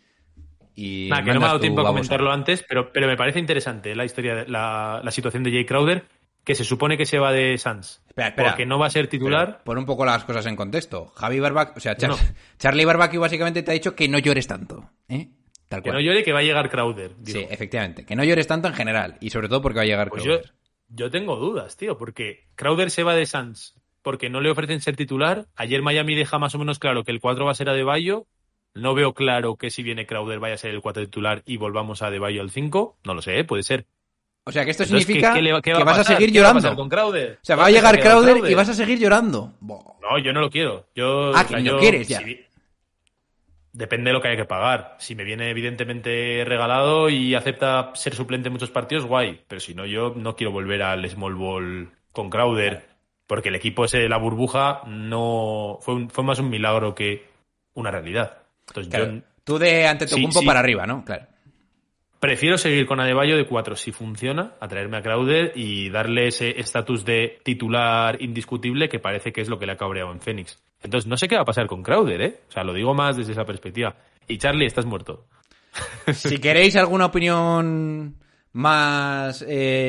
Y que no me ha dado tiempo a comentarlo antes, pero me parece interesante la historia de la situación de Jay Crowder, que se supone que se va de Suns. Espera. Porque no va a ser titular. Pon un poco las cosas en contexto. Javi Barbacue, Charlie Barbacue básicamente te ha dicho que no llores tanto. Tal cual. Que no llore, que va a llegar Crowder. Digo. Sí, efectivamente. Que no llores tanto en general. Y sobre todo porque va a llegar Crowder. Yo tengo dudas, tío, porque Crowder se va de Suns porque no le ofrecen ser titular. Ayer Miami deja más o menos claro que el 4 va a ser Adebayo. No veo claro que si viene Crowder vaya a ser el 4 titular y volvamos a Adebayo al 5. No lo sé, puede ser. O sea, que esto Entonces, significa ¿qué que vas a seguir ¿Qué va a llorando. pasar con Crowder? O sea, va a llegar Crowder y vas a seguir llorando. No, yo no lo quiero. Que no quieres ya. Depende de lo que haya que pagar. Si me viene evidentemente regalado y acepta ser suplente en muchos partidos, guay. Pero si no, yo no quiero volver al small ball con Crowder. Porque el equipo ese de la burbuja no fue más un milagro que una realidad. Entonces, claro, tú de Antetokounmpo para arriba, ¿no? Claro. Prefiero seguir con Adebayo de 4 si funciona, a traerme a Crowder y darle ese estatus de titular indiscutible que parece que es lo que le ha cabreado en Phoenix. Entonces, no sé qué va a pasar con Crowder, O sea, lo digo más desde esa perspectiva. Y Charlie, estás muerto. Si queréis alguna opinión más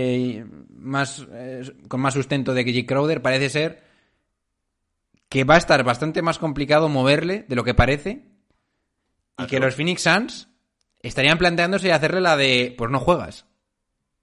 con más sustento de que Jay Crowder, parece ser que va a estar bastante más complicado moverle de lo que parece y que los Phoenix Suns estarían planteándose hacerle la de pues no juegas.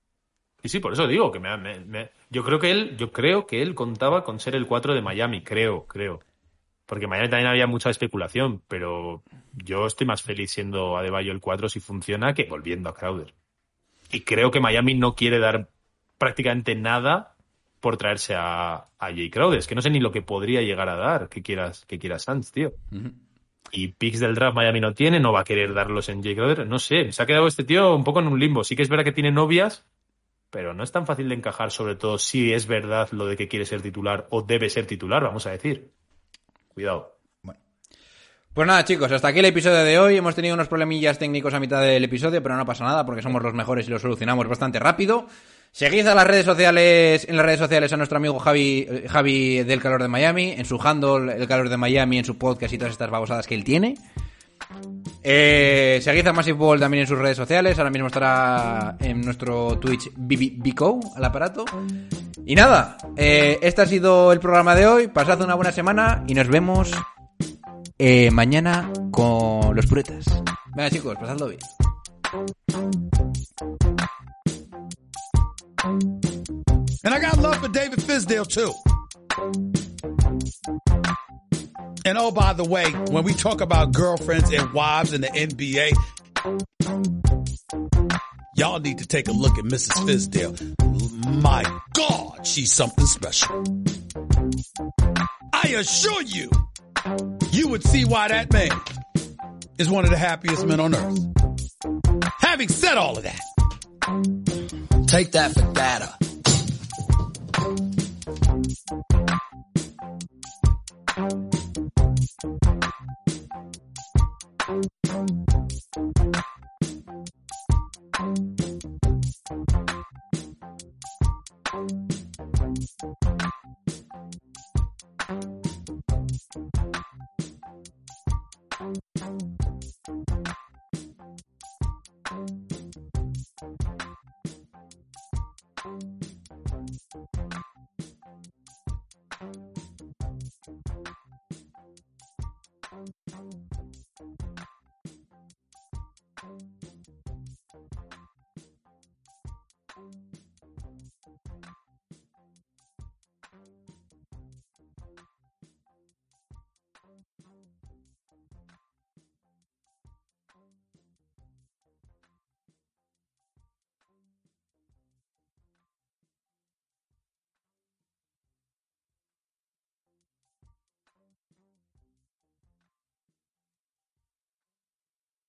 Sí, por eso digo que yo creo que él contaba con ser el 4 de Miami, creo. Porque en Miami también había mucha especulación, pero yo estoy más feliz siendo Adebayo el 4 si funciona que volviendo a Crowder. Y creo que Miami no quiere dar prácticamente nada por traerse a Jay Crowder. Es que no sé ni lo que podría llegar a dar que quieras Suns, tío. Uh-huh. Y picks del draft Miami no tiene, no va a querer darlos en Jay Crowder. No sé, se ha quedado este tío un poco en un limbo. Sí que es verdad que tiene novias, pero no es tan fácil de encajar, sobre todo si es verdad lo de que quiere ser titular o debe ser titular, vamos a decir. Cuidado. Pues nada, chicos, hasta aquí el episodio de hoy. Hemos tenido unos problemillas técnicos a mitad del episodio, pero no pasa nada porque somos los mejores y lo solucionamos bastante rápido. Seguid a las redes sociales, en las redes sociales a nuestro amigo Javi del Calor de Miami, en su handle El Calor de Miami, en su podcast y todas estas babosadas que él tiene. Seguid a Massive Ball también en sus redes sociales. Ahora mismo estará en nuestro Twitch Bico al aparato. Y nada, este ha sido el programa de hoy. Pasad una buena semana y nos vemos mañana con los puretas. Venga, chicos, pasadlo bien. And I got love for David Fizdale, too. And oh, by the way, when we talk about girlfriends and wives in the NBA, y'all need to take a look at Mrs. Fizdale. My God, she's something special. I assure you, you would see why that man is one of the happiest men on earth. Having said all of that, take that for data.